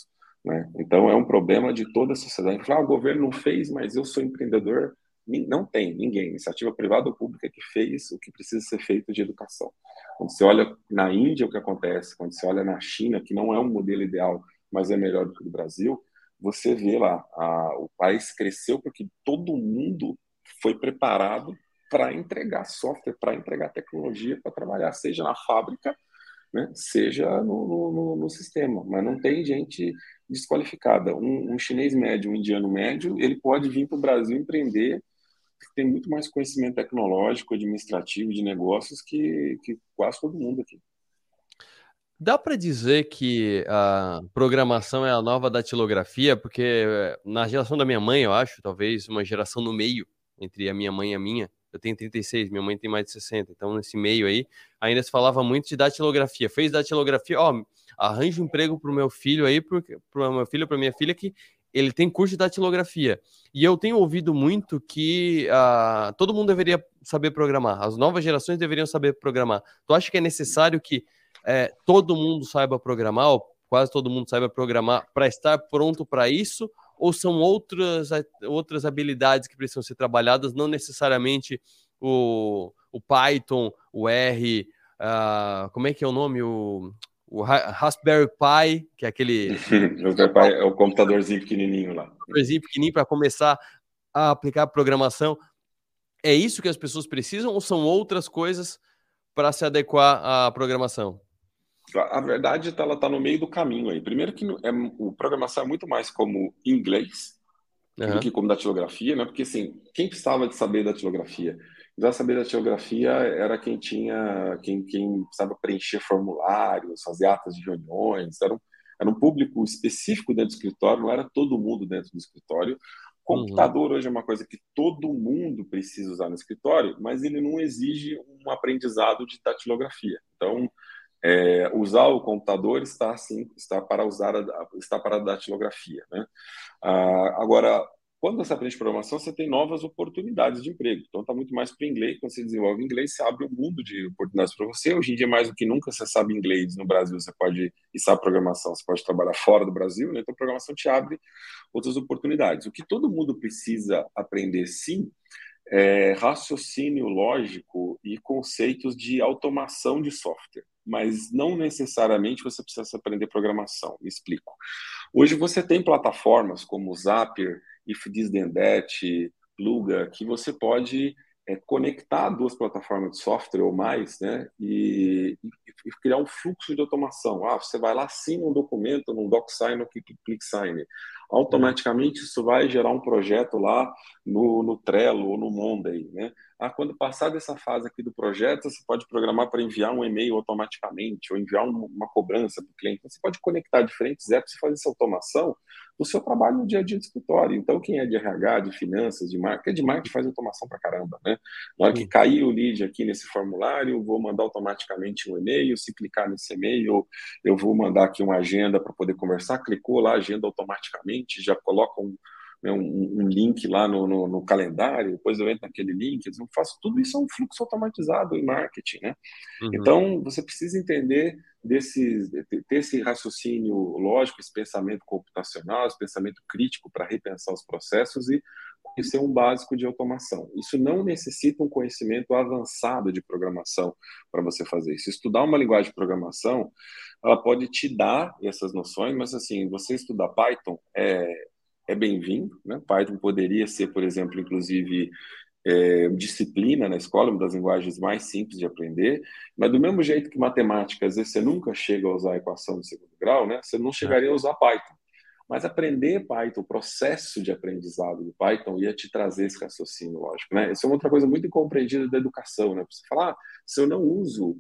né? Então, é um problema de toda a sociedade. Fala, ah, o governo não fez, mas eu sou empreendedor. Não tem ninguém, iniciativa privada ou pública, que fez o que precisa ser feito de educação. Quando você olha na Índia o que acontece, quando você olha na China, que não é um modelo ideal, mas é melhor do que o do Brasil, você vê lá, a, o país cresceu porque todo mundo foi preparado para entregar software, para entregar tecnologia, para trabalhar, seja na fábrica, né, seja no, no, no, sistema, mas não tem gente desqualificada. Um, um chinês médio, um indiano médio, ele pode vir para o Brasil empreender, tem muito mais conhecimento tecnológico, administrativo, de negócios que, que quase todo mundo aqui. Dá para dizer que a programação é a nova datilografia, porque na geração da minha mãe, eu acho, talvez uma geração no meio entre a minha mãe e a minha. Eu tenho trinta e seis, minha mãe tem mais de sessenta, então nesse meio aí ainda se falava muito de datilografia. Fez datilografia, ó, arranja um emprego para o meu filho aí, para o meu filho, para minha filha, que ele tem curso de datilografia. E eu tenho ouvido muito que uh, todo mundo deveria saber programar, as novas gerações deveriam saber programar. Tu acha que é necessário que É, todo mundo saiba programar, ou quase todo mundo saiba programar, para estar pronto para isso? Ou são outras, outras habilidades que precisam ser trabalhadas, não necessariamente o, o Python, o R, uh, como é que é o nome? O, o Raspberry Pi, que é aquele... Raspberry Pi é o computadorzinho pequenininho lá. Computadorzinho pequenininho para começar a aplicar programação. É isso que as pessoas precisam ou são outras coisas para se adequar à programação? A verdade tá, ela está no meio do caminho aí. Primeiro que é, o programação é muito mais como inglês uhum. do que como datilografia, né? Porque assim, quem precisava de saber datilografia? Precisava saber datilografia era quem tinha, quem, quem precisava preencher formulários, fazer atas de reuniões. Era um, era um público específico dentro do escritório, não era todo mundo dentro do escritório. Computador uhum. hoje é uma coisa que todo mundo precisa usar no escritório, mas ele não exige um aprendizado de datilografia. Então, É, usar o computador está sim, está para usar a, está para a datilografia, né? Ah, agora, quando você aprende programação, você tem novas oportunidades de emprego. Então, está muito mais para o inglês. Quando você desenvolve inglês, você abre um mundo de oportunidades para você. Hoje em dia, mais do que nunca, você sabe inglês no Brasil, você pode, e sabe programação, você pode trabalhar fora do Brasil, né? Então, a programação te abre outras oportunidades. O que todo mundo precisa aprender, sim, é raciocínio lógico e conceitos de automação de software. Mas não necessariamente você precisa aprender programação. Me explico. Hoje você tem plataformas como o Zapier, If This Then That, Pluga, que você pode é, conectar duas plataformas de software ou mais, né, e, e criar um fluxo de automação. Ah, você vai lá, assina um documento num DocSign ou ClickSign. Automaticamente isso vai gerar um projeto lá no, no Trello ou no Monday, né? Ah, quando passar dessa fase aqui do projeto, você pode programar para enviar um e-mail automaticamente ou enviar um, uma cobrança para o cliente. Então, você pode conectar diferentes apps e fazer essa automação no seu trabalho no dia a dia do escritório. Então, quem é de R H, de finanças, de marketing, de marketing faz automação para caramba, né? Na hora que cair o lead aqui nesse formulário, eu vou mandar automaticamente um e-mail. Se clicar nesse e-mail, eu vou mandar aqui uma agenda para poder conversar. Clicou lá, agenda automaticamente, já coloca um Um, um link lá no, no, no calendário, depois eu entro naquele link, eu faço tudo isso, é um fluxo automatizado em marketing, né? Uhum. Então, você precisa entender desses, ter esse raciocínio lógico, esse pensamento computacional, esse pensamento crítico para repensar os processos e conhecer um básico de automação. Isso não necessita um conhecimento avançado de programação para você fazer isso. Estudar uma linguagem de programação, ela pode te dar essas noções, mas assim, você estudar Python é é bem-vindo, né? Python poderia ser, por exemplo, inclusive, é, disciplina na escola, uma das linguagens mais simples de aprender, mas do mesmo jeito que matemática, às vezes você nunca chega a usar a equação de segundo grau, né? Você não chegaria a usar Python. Mas aprender Python, o processo de aprendizado do Python ia te trazer esse raciocínio lógico, né? Isso é uma outra coisa muito incompreendida da educação, né? Você falar, ah, se eu não uso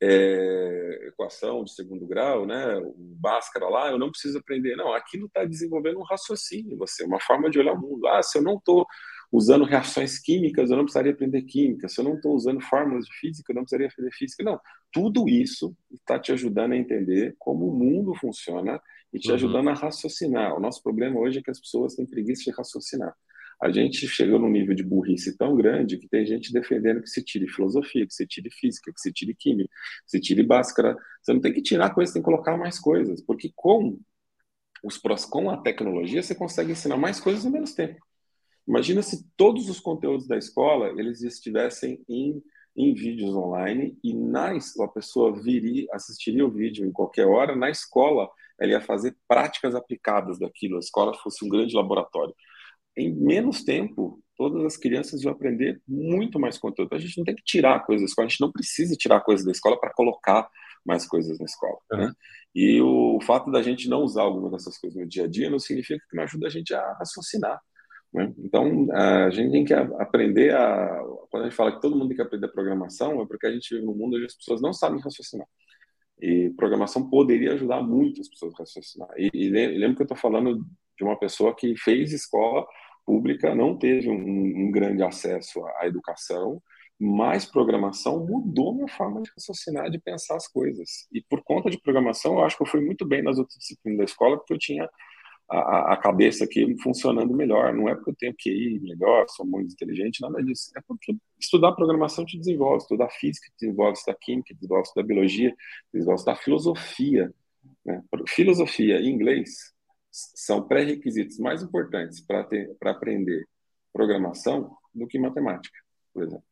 é, equação de segundo grau, né, o Bhaskara lá, eu não preciso aprender. Não, aquilo está desenvolvendo um raciocínio, você, uma forma de olhar o mundo. Ah, se eu não estou usando reações químicas, eu não precisaria aprender química. Se eu não estou usando fórmulas de física, eu não precisaria aprender física. Não, tudo isso está te ajudando a entender como o mundo funciona e te uhum. ajudando a raciocinar. O nosso problema hoje é que as pessoas têm preguiça de raciocinar. A gente chegou num nível de burrice tão grande que tem gente defendendo que se tire filosofia, que se tire física, que se tire química, que se tire Bhaskara. Você não tem que tirar coisas, tem que colocar mais coisas. Porque com os prós com a tecnologia, você consegue ensinar mais coisas em menos tempo. Imagina se todos os conteúdos da escola eles estivessem em, em vídeos online e na, a pessoa viria, assistiria o vídeo em qualquer hora, na escola ela ia fazer práticas aplicadas daquilo, a escola fosse um grande laboratório. Em menos tempo, todas as crianças vão aprender muito mais conteúdo. A gente não tem que tirar coisas da escola, a gente não precisa tirar coisas da escola para colocar mais coisas na escola, Uhum. né? E o fato da gente não usar alguma dessas coisas no dia a dia não significa que não ajuda a gente a raciocinar, né? Então, a gente tem que aprender a... Quando a gente fala que todo mundo tem que aprender programação, é porque a gente vive num mundo onde as pessoas não sabem raciocinar. E programação poderia ajudar muito as pessoas a raciocinar. E, e lembro que eu estou falando de uma pessoa que fez escola pública, não teve um, um grande acesso à educação, mas programação mudou minha forma de raciocinar, de pensar as coisas. E por conta de programação, eu acho que eu fui muito bem nas outras disciplinas da escola, porque eu tinha a, a cabeça aqui funcionando melhor. Não é porque eu tenho Q I melhor, sou muito inteligente, nada disso. É porque estudar programação te desenvolve, estudar física te desenvolve, estudar química te desenvolve, estudar biologia te desenvolve, estudar filosofia, né? Filosofia e inglês são pré-requisitos mais importantes para para aprender programação do que matemática, por exemplo.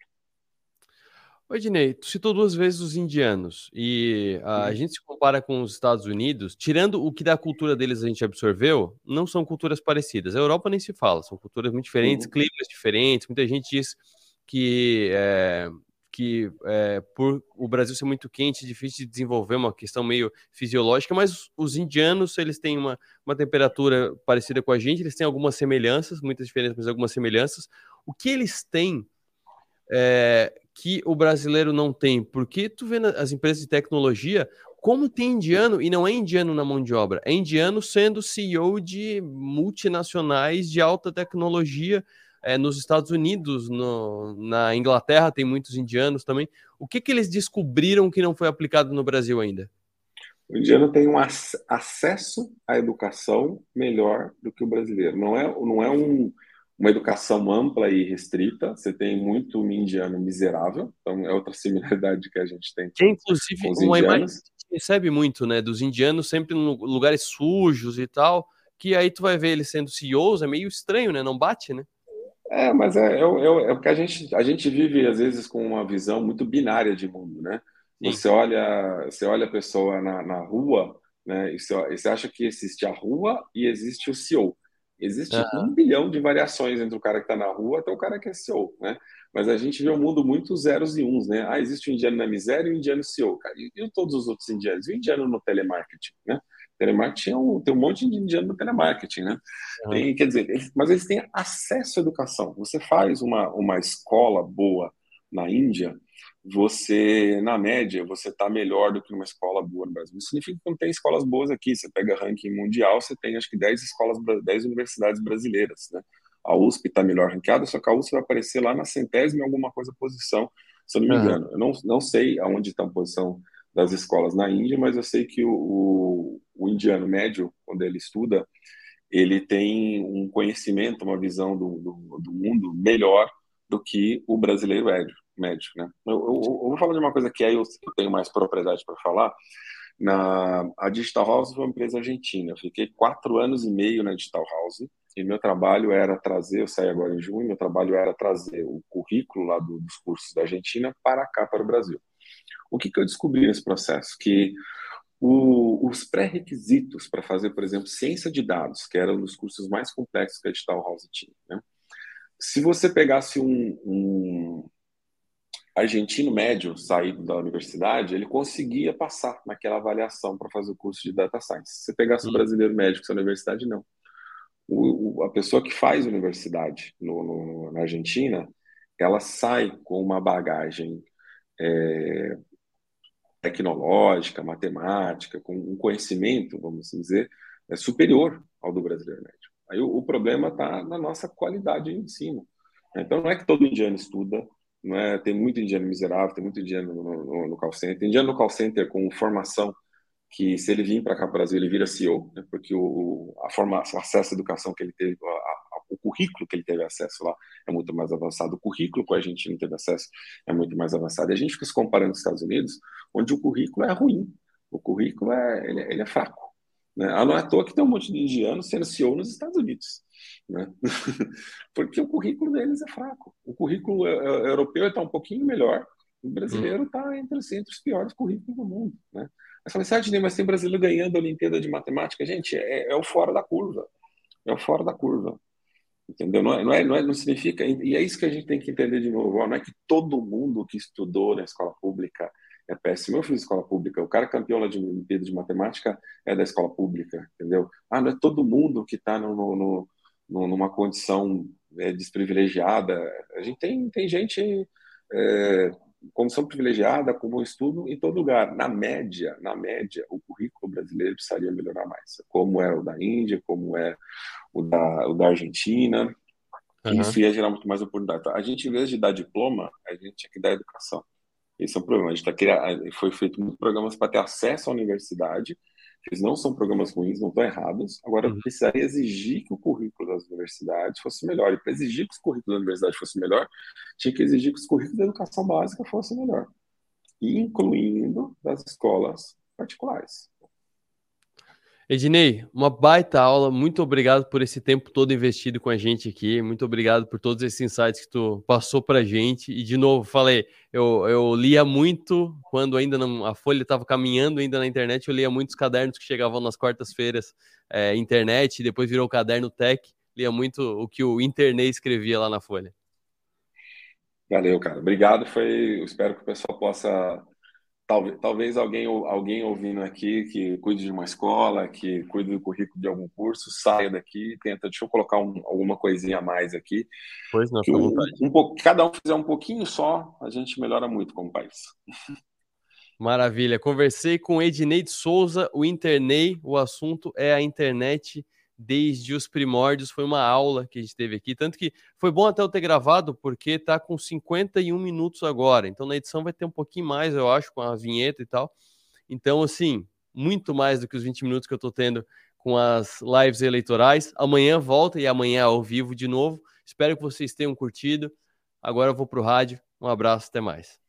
Oi, Ednei, tu citou duas vezes os indianos e a Uhum. gente se compara com os Estados Unidos, tirando o que da cultura deles a gente absorveu, não são culturas parecidas. A Europa nem se fala, são culturas muito diferentes, Uhum. climas diferentes. Muita gente diz que, é, que é, por o Brasil ser muito quente, é difícil de desenvolver uma questão meio fisiológica, mas os, os indianos, eles têm uma, uma temperatura parecida com a gente, eles têm algumas semelhanças, muitas diferenças, mas algumas semelhanças. O que eles têm é, que o brasileiro não tem? Porque tu vê as empresas de tecnologia, como tem indiano, e não é indiano na mão de obra, é indiano sendo C E O de multinacionais de alta tecnologia, é, nos Estados Unidos, no, na Inglaterra tem muitos indianos também. O que, que eles descobriram que não foi aplicado no Brasil ainda? O indiano tem um ac acesso à educação melhor do que o brasileiro. Não é, não é um, uma educação ampla e restrita. Você tem muito indiano miserável, então é outra similaridade que a gente tem É, com, com inclusive, os uma imagem que indianos. a gente recebe muito, né, dos indianos sempre em lugares sujos e tal, que aí tu vai ver eles sendo C E Os, é meio estranho, né? Não bate, né? É, mas é, é, o- é, o- é porque a gente, a gente vive, às vezes, com uma visão muito binária de mundo, né? Sim. Você olha, você olha a pessoa na, na rua, né? E você, e você acha que existe a rua e existe o C E O. Existe Ah, um bilhão de variações entre o cara que está na rua até o cara que é C E O, né? Mas a gente vê um mundo muito zeros e uns, né? Ah, existe o indiano na miséria e o indiano C E O, cara. E, e todos os outros indianos? E o indiano no telemarketing, né? Telemarketing é um, tem um monte de indiano no telemarketing, né? aham. Tem, quer dizer, eles- mas eles têm acesso à educação. Você faz uma, uma escola boa na Índia, você, na média, você está melhor do que numa escola boa no Brasil. Isso significa que não tem escolas boas aqui. Você pega ranking mundial, você tem acho que dez escolas, dez universidades brasileiras, né? A U S P está melhor ranqueada, só que a U S P vai aparecer lá na centésima alguma coisa posição, se eu não me Aham. engano. Eu não, não sei aonde está a posição das escolas na Índia, mas eu sei que o, o, o indiano médio, quando ele estuda, ele tem um conhecimento, uma visão do, do, do mundo melhor do que o brasileiro médio, médio, né? Eu, eu, eu, vou falar de uma coisa que aí eu, eu tenho mais propriedade para falar. Na, a Digital House foi uma empresa argentina. Eu fiquei quatro anos e meio na Digital House e meu trabalho era trazer, eu saí agora em junho, meu trabalho era trazer o currículo lá do, dos cursos da Argentina para cá, para o Brasil. O que, que eu descobri nesse processo? Que o, os pré-requisitos para fazer, por exemplo, ciência de dados, que era um dos cursos mais complexos que a Digital House tinha, né? Se você pegasse um, um argentino médio saído da universidade, ele conseguia passar naquela avaliação para fazer o curso de Data Science. Se você pegasse o Hum. brasileiro médio que saiu da universidade, não. O, o, a pessoa que faz universidade no, no, na Argentina, ela sai com uma bagagem é, tecnológica, matemática, com um conhecimento, vamos assim dizer, é superior ao do brasileiro médio. Aí o, o problema está na nossa qualidade de ensino. Então não é que todo indiano estuda, não é, tem muito indiano miserável, tem muito indiano no, no, no call center, tem indiano no call center com formação que se ele vir para cá para o Brasil ele vira C E O, né, porque o, a formação, o acesso à educação que ele teve, a, a, o currículo que ele teve acesso lá é muito mais avançado, o currículo que a gente não teve acesso é muito mais avançado. E a gente fica se comparando com os Estados Unidos, onde o currículo é ruim, o currículo é, ele, ele é fraco. né? Ah, não é à toa que tem um monte de indianos sendo C E O nos Estados Unidos, né? Porque o currículo deles é fraco. O currículo europeu está um pouquinho melhor, o brasileiro está entre, entre os piores currículos do mundo, né? Mas falei, Sidney, mas tem brasileiro ganhando a Olimpíada de Matemática. Gente, é, é o fora da curva. É o fora da curva. Entendeu? Não, é, não, é, não, é, não significa. E é isso que a gente tem que entender de novo. Ó, não é que todo mundo que estudou na escola pública é péssimo. Eu fiz escola pública. O cara campeão lá de Olimpíada de Matemática é da escola pública. Entendeu? Ah, não é todo mundo que está no, no, no, numa condição é, desprivilegiada. A gente tem, tem gente. É, condição privilegiada, com bom estudo em todo lugar. Na média, na média, o currículo brasileiro precisaria melhorar mais, como é o da Índia, como é o da, o da Argentina, que Uhum. isso ia gerar muito mais oportunidade. A gente, em vez de dar diploma, a gente tinha que dar educação. Esse é o problema. A gente tá criando, foi feito muitos programas para ter acesso à universidade, que eles não são programas ruins, não estão errados. Agora, Uhum. precisaria exigir que o currículo das universidades fosse melhor. E para exigir que os currículos da universidade fosse melhor, tinha que exigir que os currículos da educação básica fossem melhor, incluindo das escolas particulares. Ednei, uma baita aula. Muito obrigado por esse tempo todo investido com a gente aqui. Muito obrigado por todos esses insights que tu passou pra gente. E de novo, falei, eu, eu lia muito quando ainda não, a Folha estava caminhando ainda na internet. Eu lia muitos cadernos que chegavam nas quartas-feiras, é, internet, depois virou o caderno Tech. Lia muito o que o Internei escrevia lá na Folha. Valeu, cara. Obrigado. Foi, eu espero que o pessoal possa. Talvez, talvez alguém, alguém ouvindo aqui que cuide de uma escola, que cuide do currículo de algum curso, saia daqui e tenta, deixa eu colocar um, alguma coisinha a mais aqui, Pois não, que fica à um, vontade. um pouco, cada um fizer um pouquinho só, a gente melhora muito como país. Maravilha. Conversei com Ednei de Souza, o Internei. O assunto é a internet desde os primórdios. Foi uma aula que a gente teve aqui. Tanto que foi bom até eu ter gravado, porque tá com cinquenta e um minutos agora. Então na edição vai ter um pouquinho mais, eu acho, com a vinheta e tal. Então, assim, muito mais do que os vinte minutos que eu tô tendo com as lives eleitorais. Amanhã volta e amanhã ao vivo de novo. Espero que vocês tenham curtido. Agora eu vou pro rádio. Um abraço, até mais.